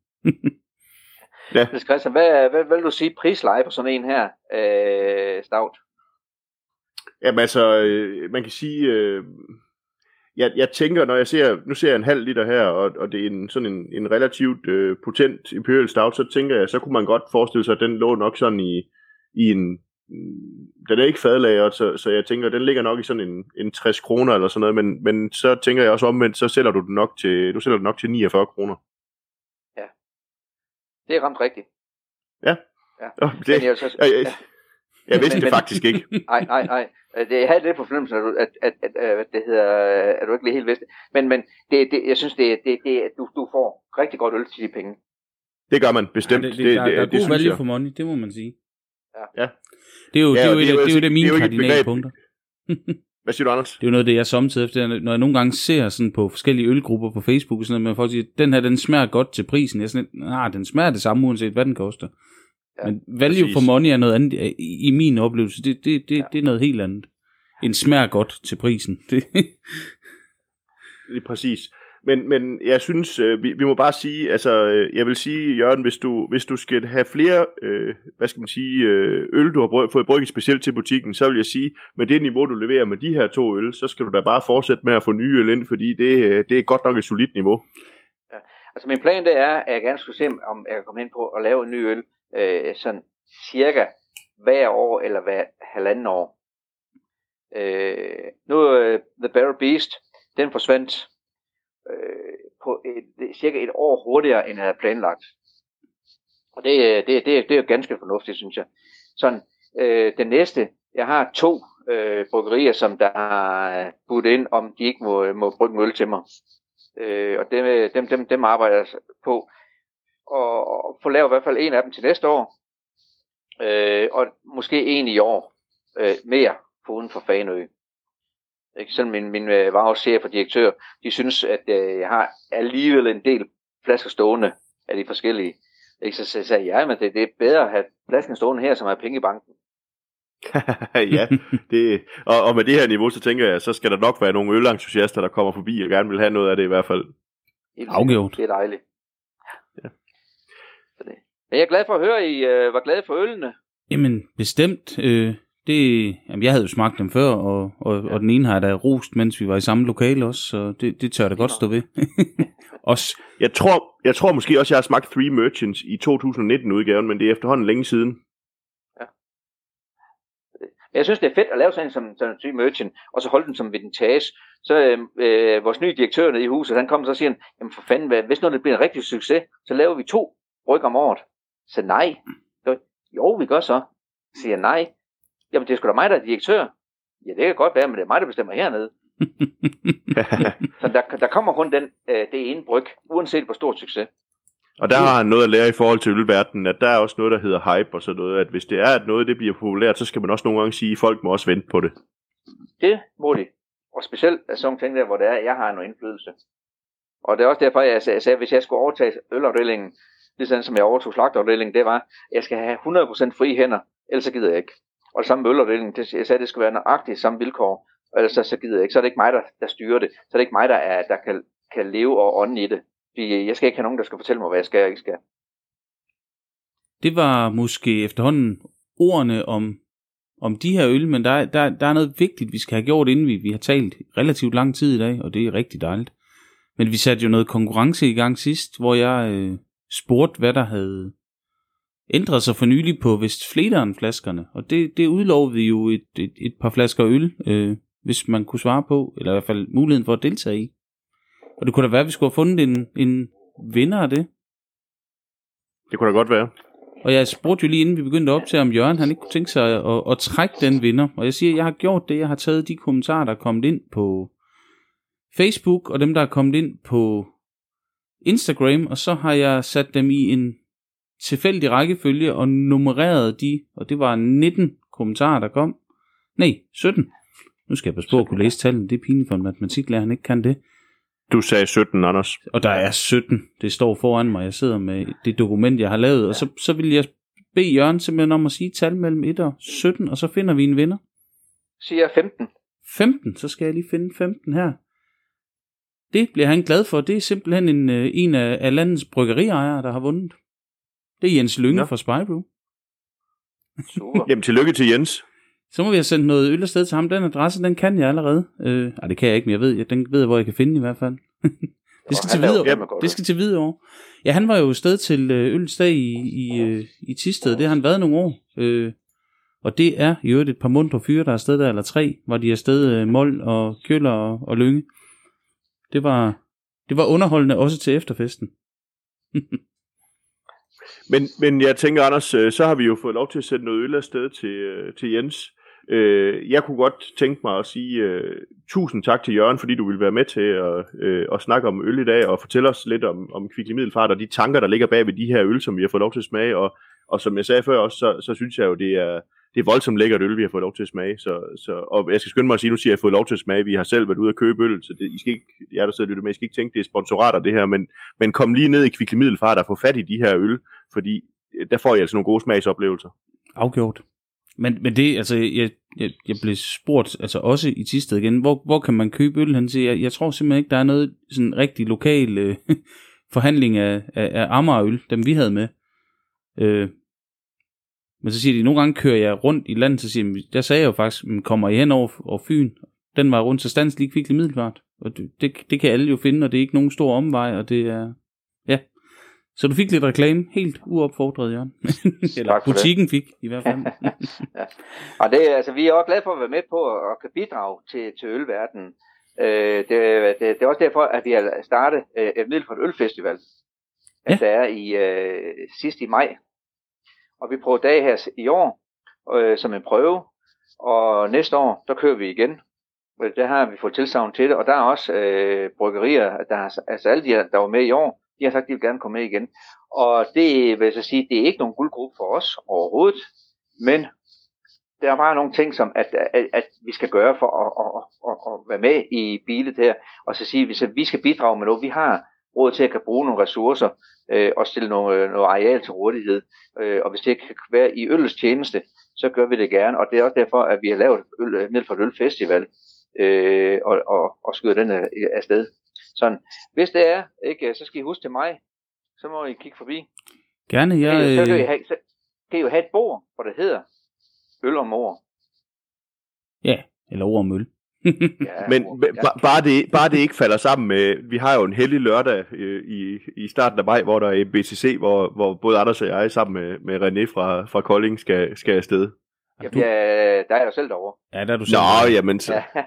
Ja. Christian, hvad, hvad, hvad vil du sige prisleje på sådan en her øh, Stout? Jamen altså, øh, man kan sige, øh, jeg, jeg tænker, når jeg ser, nu ser jeg en halv liter her, og, og det er en, sådan en, en relativt øh, potent Imperial Stout, så tænker jeg, så kunne man godt forestille sig, at den lå nok sådan i, i en, den er ikke fadlagret, så, så jeg tænker, den ligger nok i sådan en, en tres kroner eller sådan noget, men, men så tænker jeg også omvendt, så sælger du den nok til, du sælger den nok til niogfyrre kroner. Ja, det er ramt rigtigt. Ja, ja. Oh, det, jeg, jeg, jeg, jeg vidste men, det faktisk ikke. Nej, nej, nej. Jeg havde lidt på fornemmelsen, at, at, at, at, at, det hedder, at du ikke lige helt vidste. Men, men det, det, jeg synes, det, det, det, du, du får rigtig godt øl til de penge. Det gør man bestemt. Ja, det, det, det, der, det, der er det, god value for money, det må man sige. Ja. ja. Det er jo, ja, det er jo, det er jo, det er jo det mine kardinalpunkter. Hvad siger du, Anders? Det er jo noget, det jeg samtidig efter, når jeg nogle gange ser sådan på forskellige ølgrupper på Facebook, sådan noget, men folk siger, den her, den smager godt til prisen. Jeg er sådan, nej, den smager det samme, uanset hvad den koster. Ja, men value præcis. For money er noget andet, i, i min oplevelse, det, det, det, ja. det er noget helt andet. En smager godt til prisen. Det er præcis. Men, men jeg synes, øh, vi, vi må bare sige, altså, øh, jeg vil sige, Jørgen, hvis du, hvis du skal have flere, øh, hvad skal man sige, øh, øl, du har brug, fået brygget specielt til butikken, så vil jeg sige, med det niveau, du leverer med de her to øl, så skal du da bare fortsætte med at få nye øl ind, fordi det, det er godt nok et solidt niveau. Ja. Altså min plan, det er, at jeg gerne skulle se, om jeg kan komme ind på at lave en ny øl, øh, sådan cirka hver år, eller hver halvanden år. Øh, nu uh, The Barrel Beast, den forsvandt øh, på et, cirka et år hurtigere, end jeg havde planlagt. Og det, det, det, det er jo ganske fornuftigt, synes jeg. Sådan, øh, den næste, jeg har to øh, bryggerier, som der har budt ind, om de ikke må, må brygge en øl til mig. Øh, og dem, dem, dem, dem arbejder jeg på. Og, og få lavet i hvert fald en af dem til næste år. Øh, og måske en i år øh, mere på uden for Fanø. Ikke? Selv min, min øh, varehuschef og direktør, de synes, at øh, jeg har alligevel en del flasker stående af de forskellige. Ikke? Så, så sagde jeg, ja, men det, det er bedre at have flasken stående her, som er penge i banken. Ja, det, og, og med det her niveau, så tænker jeg, så skal der nok være nogle ølentusiaster, der kommer forbi og gerne vil have noget af det i hvert fald. Afgjort. Det er dejligt. Ja. Så det. Men jeg er glad for at høre, at I øh, var glade for ølene. Jamen, bestemt. Øh, det, jamen, jeg havde jo smagt dem før, og, og, ja. og den ene har jeg da rost, mens vi var i samme lokale også, så det, det tør jeg da godt stå ved. også. Jeg tror, jeg tror måske også, jeg har smagt Three Merchants i to tusind nitten-udgaven, men det er efterhånden længe siden. Ja. Jeg synes, det er fedt at lave sådan en som, som Three Merchant, og så holde den som vintage. Så øh, øh, vores nye direktør nede i huset, han kommer så og siger, jamen for fanden, hvad, hvis nu det bliver en rigtig succes, så laver vi to bryg om året. Så nej. Jo, vi gør så. Så siger jeg, nej. Jamen, det er sgu da mig, der er direktør. Ja, det kan godt være, men det er mig, der bestemmer hernede. Så der, der kommer kun den, øh, det ene bryg, uanset hvor stor succes. Og der har han noget at lære i forhold til ølverdenen, at der er også noget, der hedder hype og sådan noget, at hvis det er, at noget det bliver populært, så skal man også nogle gange sige, at folk må også vente på det. Det må de. Og specielt sådan nogle ting der, hvor det er, at jeg har noget indflydelse. Og det er også derfor, jeg sagde, at hvis jeg skulle overtage ølafdelingen, ligesom som jeg overtog slagterafdelingen, det var, at jeg skal have hundrede procent frie hænder, ellers så gider jeg ikke. Og det samme med ølafdelingen, det, jeg sagde, at det skal være nøjagtigt samme vilkår, og ellers så, så gider jeg ikke. Så er det ikke mig, der, der styrer det. Så er det ikke mig, der, er, der kan, kan leve og ånde i det. Fordi jeg skal ikke have nogen, der skal fortælle mig, hvad jeg skal og ikke skal. Det var måske efterhånden ordene om, om de her øl, men der, der, der er noget vigtigt, vi skal have gjort, inden vi, vi har talt relativt lang tid i dag, og det er rigtig dejligt. Men vi satte jo noget konkurrence i gang sidst, hvor jeg øh, spurgte, hvad der havde ændret sig for nylig på Westfleteren-flaskerne. Og det, det udlovede jo et, et, et par flasker øl, øh, hvis man kunne svare på, eller i hvert fald muligheden for at deltage i. Og det kunne da være, at vi skulle have fundet en, en vinder af det. Det kunne da godt være. Og jeg spurgte jo lige inden vi begyndte op til, om Jørgen han ikke kunne tænke sig at, at, at trække den vinder. Og jeg siger, at jeg har gjort det. Jeg har taget de kommentarer, der er kommet ind på Facebook, og dem, der er kommet ind på Instagram, og så har jeg sat dem i en tilfældig rækkefølge og nummereret de, og det var nitten kommentarer, der kom. Nej, sytten. Nu skal jeg passe på at kunne læse tallene. Det er pinligt for en matematiklærer, han ikke kan det. Du sagde sytten, Anders. Og der er sytten. Det står foran mig. Jeg sidder med det dokument, jeg har lavet. Ja. Og så, så vil jeg bede Jørgen simpelthen om at sige tal mellem et og sytten, og så finder vi en vinder. Siger jeg femten. femten, så skal jeg lige finde femten her. Det bliver han glad for. Det er simpelthen en, en af, af landets bryggeriejere, der har vundet. Det er Jens Lynge ja. fra Spybrew. Super. Jamen, tillykke til Jens. Så må vi have sendt noget øl afsted til ham. Den adresse, den kan jeg allerede. Øh, ej, det kan jeg ikke, men jeg ved, jeg, den ved jeg, hvor jeg kan finde i hvert fald. det skal til Hvidovre. Det skal til Hvidovre. Ja, han var jo afsted til Øllets Dag i, i, i Thisted. Det har han været nogle år. Øh, og det er jo et par mundre fyre, der er afsted der, eller tre, hvor de er afsted Mold og Kjøller og, og Lynge. Det var, det var underholdende også til efterfesten. men, men jeg tænker, Anders, så har vi jo fået lov til at sætte noget øl afsted til, til Jens. Jeg kunne godt tænke mig at sige uh, tusind tak til Jørgen, fordi du ville være med til at, uh, at snakke om øl i dag, og fortælle os lidt om, om Kvickly Middelfart, og de tanker, der ligger bag ved de her øl, som vi har fået lov til at smage. Og, og som jeg sagde før også, så, så synes jeg jo, det er, det er voldsomt lækkert øl, vi har fået lov til at smage. Så, så, og jeg skal skynde mig at sige, nu siger jeg, at jeg har fået lov til at smage. Vi har selv været ude at købe øl, så det, I skal ikke, jeg der sidder og lytter med, I skal ikke tænke, det er sponsorater det her, men, men kom lige ned i Kvickly Middelfart og få fat i de her øl, fordi der får I altså nogle gode smagsoplevelser. Afgjort. Men, men det, altså, jeg, jeg, jeg blev spurgt, altså også i Thisted igen, hvor, hvor kan man købe øl hen til? Jeg, jeg tror simpelthen ikke, der er noget sådan rigtig lokal øh, forhandling af, af, af Amagerøl, dem vi havde med. Øh, men så siger de, nogle gange kører jeg rundt i landet, så siger de, der sagde jeg jo faktisk, kommer I hen over, over Fyn? Den var rundt til stands lige Kvickly Middelfart. Og det, det, det kan alle jo finde, og det er ikke nogen stor omvej, og det er, ja. Så du fik lidt reklame, helt uopfordret, Jørgen. Eller butikken det. Fik, i hvert fald. Ja. Og det, altså, vi er også glade for at være med på at, at kan bidrage til, til ølverdenen. Øh, det, det, det er også derfor, at vi har startet øh, et Middelfart Ølfestival. Ja. Der er i øh, sidst i maj. Og vi prøver dag her i år øh, som en prøve. Og næste år, der kører vi igen. Der har vi fået tilsagn til det. Og der er også øh, bryggerier, der har, altså alle de her, der var med i år, de har sagt, at de vil gerne komme med igen. Og det vil jeg så sige, det er ikke nogen guldgruppe for os overhovedet. Men der er bare nogle ting, som at, at, at vi skal gøre for at, at, at, at være med i bilet her. Og så sige, at vi skal bidrage med noget. Vi har råd til at kan bruge nogle ressourcer øh, og stille noget, noget areal til rådighed. Øh, og hvis det kan være i øllets tjeneste, så gør vi det gerne. Og det er også derfor, at vi har lavet øl, Middelfart Ølfestival øh, og, og, og skyder den afsted. Sådan, hvis det er, ikke, så skal I huske til mig, så må I kigge forbi. Gerne, jeg... Så kan I, have, så kan I jo have et bord, hvor det hedder øl om ord. Ja, eller ord om øl. Ja, men b- bare, det, bare det ikke falder sammen med, vi har jo en heldig lørdag øh, i, i starten af maj, hvor der er en B T C, hvor, hvor både Anders og jeg sammen med, med René fra, fra Kolding skal, skal afsted. Jamen, du... ja, der er jeg jo selv derovre. Ja, der er du selv. Nå, jamen så... Ja.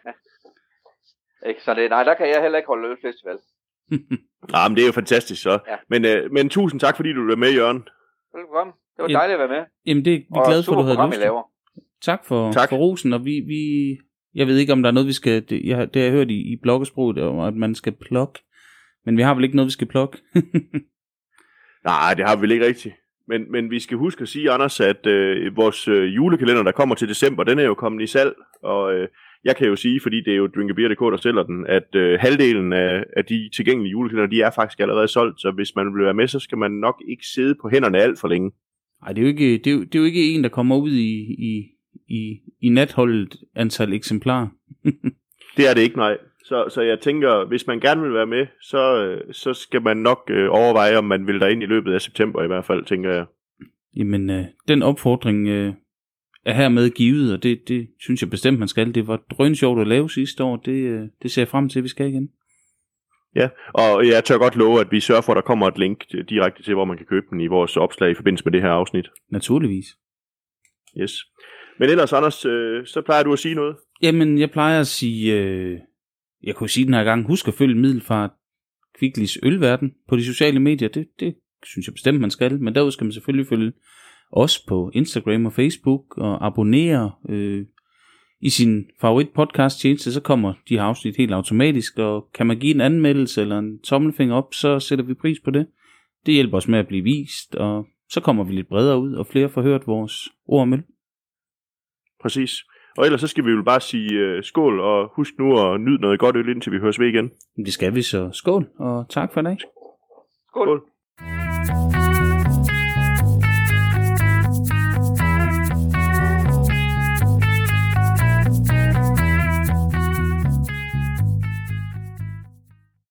Ikke, så det, nej, der kan jeg heller ikke holde ølfestival. Nej, men det er jo fantastisk så. Ja. Men, øh, men tusind tak, fordi du er med, Jørgen. Velkommen. Det var Ja. dejligt at være med. Jamen, det er vi Og glade for, super du havde program, lyst I til. laver. Tak for, Tak. for rosen, og vi, vi, jeg ved ikke, om der er noget, vi skal, det, jeg, det har jeg hørt i, i bloggesproget, at man skal plukke, men vi har vel ikke noget, vi skal plukke. Nej, det har vi vel ikke rigtigt. Men, men vi skal huske at sige, Anders, at øh, vores øh, julekalender, der kommer til december, den er jo kommet i salg, og øh, jeg kan jo sige, fordi det er jo drinkabeer punktum d k, der sælger den, at øh, halvdelen af, af de tilgængelige julekalender, de er faktisk allerede solgt, så hvis man vil være med, så skal man nok ikke sidde på hænderne alt for længe. Nej, det er jo ikke, det er jo, det er jo ikke en, der kommer ud i, i, i, i natholdet antal eksemplarer. Det er det ikke, nej. Så, så jeg tænker, hvis man gerne vil være med, så, øh, så skal man nok øh, overveje, om man vil derind i løbet af september i hvert fald, tænker jeg. Jamen, øh, den opfordring øh, er hermed givet, og det, det synes jeg bestemt, man skal. Det var drønsjovt at lave sidste år, det, øh, det ser jeg frem til, at vi skal igen. Ja, og jeg tør godt love, at vi sørger for, at der kommer et link direkte til, hvor man kan købe den i vores opslag i forbindelse med det her afsnit. Naturligvis. Yes. Men ellers, Anders, øh, så plejer du at sige noget? Jamen, jeg plejer at sige, øh, jeg kunne sige den her gang, husk at følge Middelfart Kvicklis Ølverden på de sociale medier. Det, det synes jeg bestemt, man skal. Men derudover skal man selvfølgelig følge os på Instagram og Facebook og abonnere øh, i sin favorit podcast tjeneste, så kommer de her afsnit helt automatisk, og kan man give en anmeldelse eller en tommelfinger op, så sætter vi pris på det. Det hjælper os med at blive vist, og så kommer vi lidt bredere ud, og flere får hørt vores ord om øl. Præcis. Og ellers så skal vi jo bare sige uh, skål, og husk nu at nyde noget godt øl, indtil vi høres ved igen. Det skal vi, så skål, og tak for i dag. Skål. Skål.